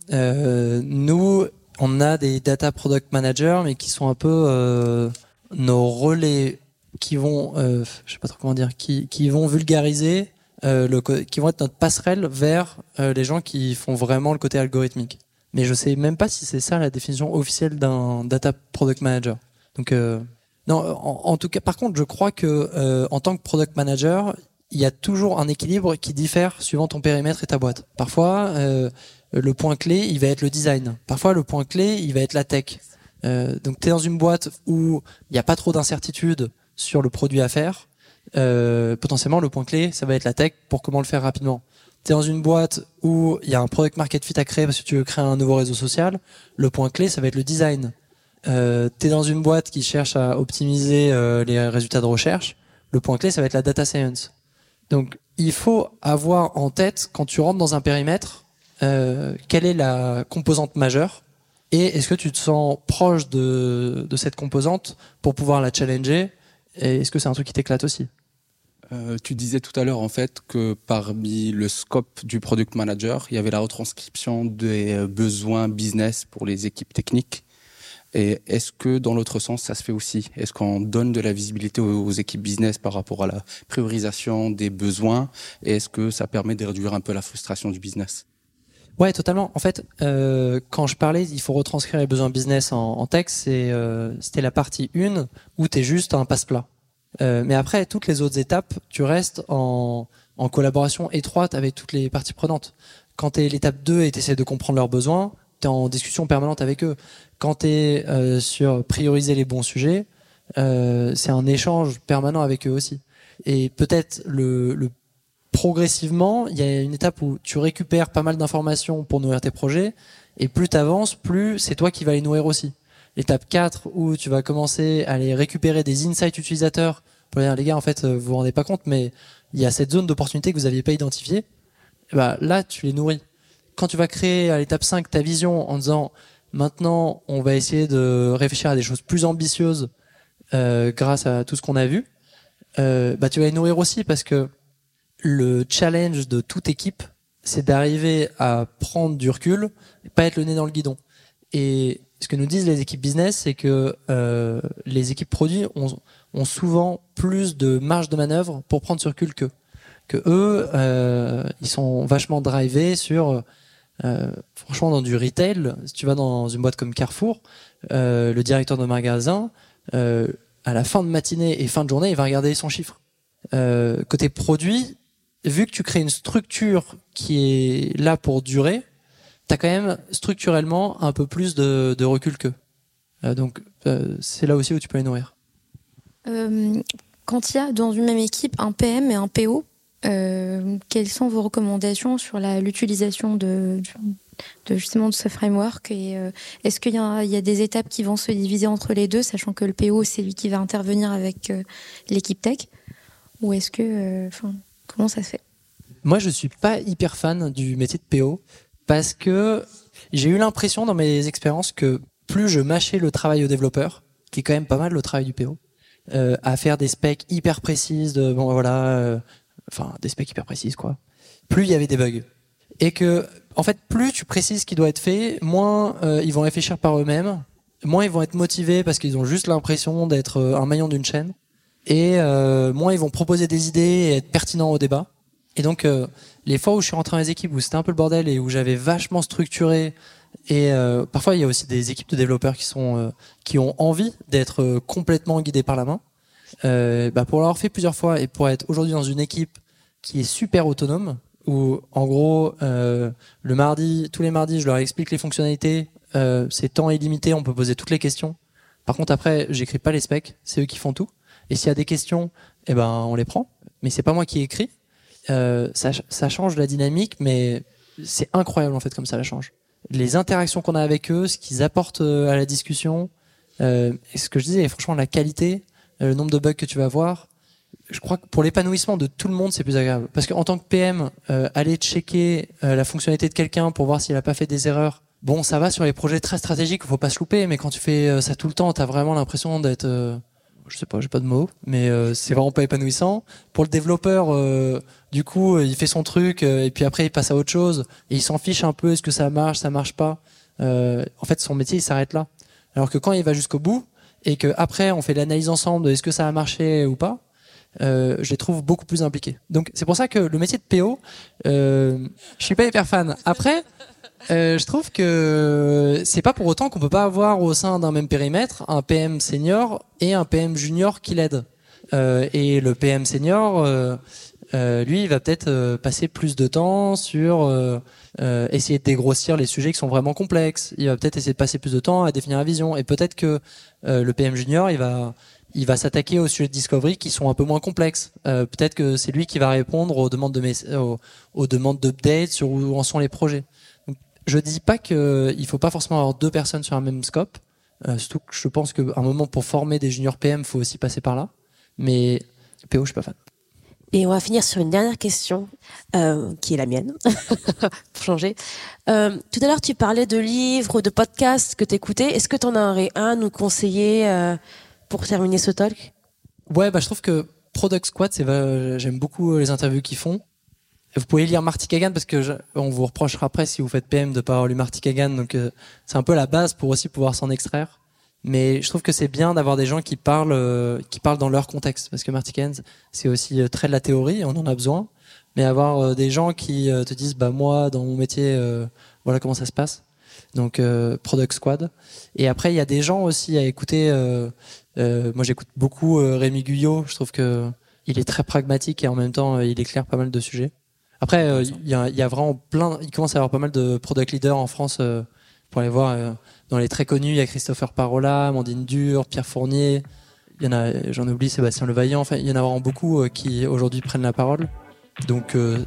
Euh, nous, on a des data product managers, mais qui sont un peu euh, nos relais, qui vont, euh, je sais pas trop comment dire, qui, qui vont vulgariser, euh, le, qui vont être notre passerelle vers euh, les gens qui font vraiment le côté algorithmique. Mais je sais même pas si c'est ça la définition officielle d'un data product manager. Donc euh, non, en, en tout cas, par contre, je crois que euh, en tant que product manager, il y a toujours un équilibre qui diffère suivant ton périmètre et ta boîte. Parfois, euh, le point clé, il va être le design. Parfois, le point clé, il va être la tech. Euh, donc, tu es dans une boîte où il n'y a pas trop d'incertitude sur le produit à faire. Euh, potentiellement, le point clé, ça va être la tech pour comment le faire rapidement. Tu es dans une boîte où il y a un product market fit à créer parce que tu veux créer un nouveau réseau social. Le point clé, ça va être le design. Euh, tu es dans une boîte qui cherche à optimiser euh, les résultats de recherche. Le point clé, ça va être la data science. Donc, il faut avoir en tête, quand tu rentres dans un périmètre, euh, quelle est la composante majeure et est-ce que tu te sens proche de, de cette composante pour pouvoir la challenger et est-ce que c'est un truc qui t'éclate aussi? Euh, tu disais tout à l'heure en fait que parmi le scope du product manager, il y avait la retranscription des besoins business pour les équipes techniques. Et est-ce que dans l'autre sens, ça se fait aussi? Est-ce qu'on donne de la visibilité aux, aux équipes business par rapport à la priorisation des besoins? Et est-ce que ça permet de réduire un peu la frustration du business? Ouais, totalement. En fait, euh, quand je parlais, il faut retranscrire les besoins business en, en texte, c'est, euh, c'était la partie un où tu es juste un passe-plat. Euh, mais après, toutes les autres étapes, tu restes en, en collaboration étroite avec toutes les parties prenantes. Quand tu es l'étape deux et tu essaies de comprendre leurs besoins, tu es en discussion permanente avec eux. Quand tu es euh, sur prioriser les bons sujets, euh, c'est un échange permanent avec eux aussi. Et peut-être le, le progressivement, il y a une étape où tu récupères pas mal d'informations pour nourrir tes projets, et plus tu avances, plus c'est toi qui vas les nourrir aussi. L'étape quatre, où tu vas commencer à aller récupérer des insights utilisateurs pour dire, les gars, en fait, vous vous rendez pas compte, mais il y a cette zone d'opportunité que vous aviez pas identifiée. Bah, là, tu les nourris. Quand tu vas créer à l'étape cinq ta vision en disant, maintenant, on va essayer de réfléchir à des choses plus ambitieuses euh, grâce à tout ce qu'on a vu, euh, bah, tu vas les nourrir aussi parce que le challenge de toute équipe, c'est d'arriver à prendre du recul et pas être le nez dans le guidon. Et ce que nous disent les équipes business, c'est que euh, les équipes produits ont, ont souvent plus de marge de manœuvre pour prendre ce recul qu'eux. Que eux, euh, ils sont vachement drivés sur, euh, franchement, dans du retail. Si tu vas dans une boîte comme Carrefour, euh, le directeur de magasin, euh, à la fin de matinée et fin de journée, il va regarder son chiffre. Euh, côté produit, vu que tu crées une structure qui est là pour durer, t'as quand même structurellement un peu plus de, de recul qu'eux. Euh, donc euh, c'est là aussi où tu peux les nourrir. Euh, quand il y a dans une même équipe un P M et un P O, euh, quelles sont vos recommandations sur la, l'utilisation de, de justement de ce framework et euh, est-ce qu'il y a, il y a des étapes qui vont se diviser entre les deux, sachant que le P O c'est lui qui va intervenir avec euh, l'équipe tech, ou est-ce que, enfin, euh, comment ça se fait? Moi, je suis pas hyper fan du métier de P O parce que j'ai eu l'impression dans mes expériences que plus je mâchais le travail au développeur, qui est quand même pas mal le travail du P O, euh, à faire des specs hyper précises, de, bon voilà, euh, enfin des specs hyper précises quoi, plus il y avait des bugs. Et que, en fait, plus tu précises ce qui doit être fait, moins euh, ils vont réfléchir par eux-mêmes, moins ils vont être motivés parce qu'ils ont juste l'impression d'être euh, un maillon d'une chaîne, et euh, moins ils vont proposer des idées et être pertinents au débat. Et donc, euh, les fois où je suis rentré dans les équipes où c'était un peu le bordel et où j'avais vachement structuré, et euh, parfois il y a aussi des équipes de développeurs qui sont euh, qui ont envie d'être euh, complètement guidés par la main. Euh, bah pour l'avoir fait plusieurs fois et pour être aujourd'hui dans une équipe qui est super autonome, où en gros euh, le mardi, tous les mardis, je leur explique les fonctionnalités, euh, c'est temps illimité, on peut poser toutes les questions. Par contre après, j'écris pas les specs, c'est eux qui font tout. Et s'il y a des questions, eh ben on les prend, mais c'est pas moi qui écris. Euh, ça, ça change la dynamique, mais c'est incroyable en fait comme ça la change. Les interactions qu'on a avec eux, ce qu'ils apportent euh, à la discussion, euh, et ce que je disais, franchement la qualité, euh, le nombre de bugs que tu vas voir, je crois que pour l'épanouissement de tout le monde c'est plus agréable. Parce qu'en tant que P M, euh, aller checker euh, la fonctionnalité de quelqu'un pour voir s'il a pas fait des erreurs, bon ça va sur les projets très stratégiques, il faut pas se louper, mais quand tu fais euh, ça tout le temps, t'as vraiment l'impression d'être... Euh, je sais pas, j'ai pas de mots, mais euh, c'est vraiment pas épanouissant. Pour le développeur, euh, du coup, il fait son truc euh, et puis après il passe à autre chose et il s'en fiche un peu. Est-ce que ça marche, ça marche pas euh, En fait, son métier il s'arrête là. Alors que quand il va jusqu'au bout et que après on fait l'analyse ensemble de est-ce que ça a marché ou pas, euh, je les trouve beaucoup plus impliqués. Donc c'est pour ça que le métier de P O, euh, je suis pas hyper fan. Après. Euh, je trouve que c'est pas pour autant qu'on peut pas avoir au sein d'un même périmètre un P M senior et un P M junior qui l'aide. Euh, et le P M senior, euh, euh, lui, il va peut-être euh, passer plus de temps sur euh, euh, essayer de dégrossir les sujets qui sont vraiment complexes. Il va peut-être essayer de passer plus de temps à définir la vision. Et peut-être que euh, le P M junior, il va il va s'attaquer aux sujets de discovery qui sont un peu moins complexes. Euh, peut-être que c'est lui qui va répondre aux demandes de mes- aux, aux demandes d'update sur où en sont les projets. Je dis pas qu'il faut pas forcément avoir deux personnes sur un même scope. Euh, surtout que je pense qu'à un moment, pour former des juniors P M, faut aussi passer par là. Mais P O, je suis pas fan. Et on va finir sur une dernière question, euh, qui est la mienne, pour changer. Euh, tout à l'heure, tu parlais de livres, de podcasts que tu écoutais. Est-ce que tu en aurais un à nous conseiller euh, pour terminer ce talk? Ouais, bah je trouve que Product Squad, c'est va- j'aime beaucoup les interviews qu'ils font. Vous pouvez lire Marty Kagan parce que je, on vous reprochera après si vous faites P M de pas avoir lu Marty Kagan, donc euh, c'est un peu la base pour aussi pouvoir s'en extraire. Mais je trouve que c'est bien d'avoir des gens qui parlent, euh, qui parlent dans leur contexte, parce que Marty Kagan c'est aussi euh, très de la théorie, on en a besoin, mais avoir euh, des gens qui euh, te disent bah moi dans mon métier euh, voilà comment ça se passe. Donc euh, Product Squad. Et après il y a des gens aussi à écouter. Euh, euh, moi j'écoute beaucoup euh, Rémi Guyot, je trouve que il est très pragmatique et en même temps euh, il éclaire pas mal de sujets. Après, il euh, y, a, y a vraiment plein. Il commence à y avoir pas mal de product leaders en France. Euh, pour aller voir euh, dans les très connus, il y a Christopher Parola, Amandine Dur, Pierre Fournier. Il y en a, j'en oublie, Sébastien Levaillant. Enfin, il y en a vraiment beaucoup euh, qui aujourd'hui prennent la parole. Donc, euh,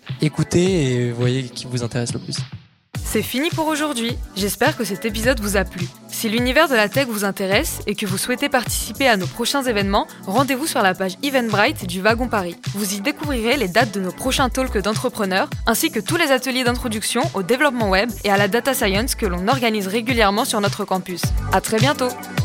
écoutez et voyez qui vous intéresse le plus. C'est fini pour aujourd'hui. J'espère que cet épisode vous a plu. Si l'univers de la tech vous intéresse et que vous souhaitez participer à nos prochains événements, rendez-vous sur la page Eventbrite du Wagon Paris. Vous y découvrirez les dates de nos prochains talks d'entrepreneurs, ainsi que tous les ateliers d'introduction au développement web et à la data science que l'on organise régulièrement sur notre campus. À très bientôt!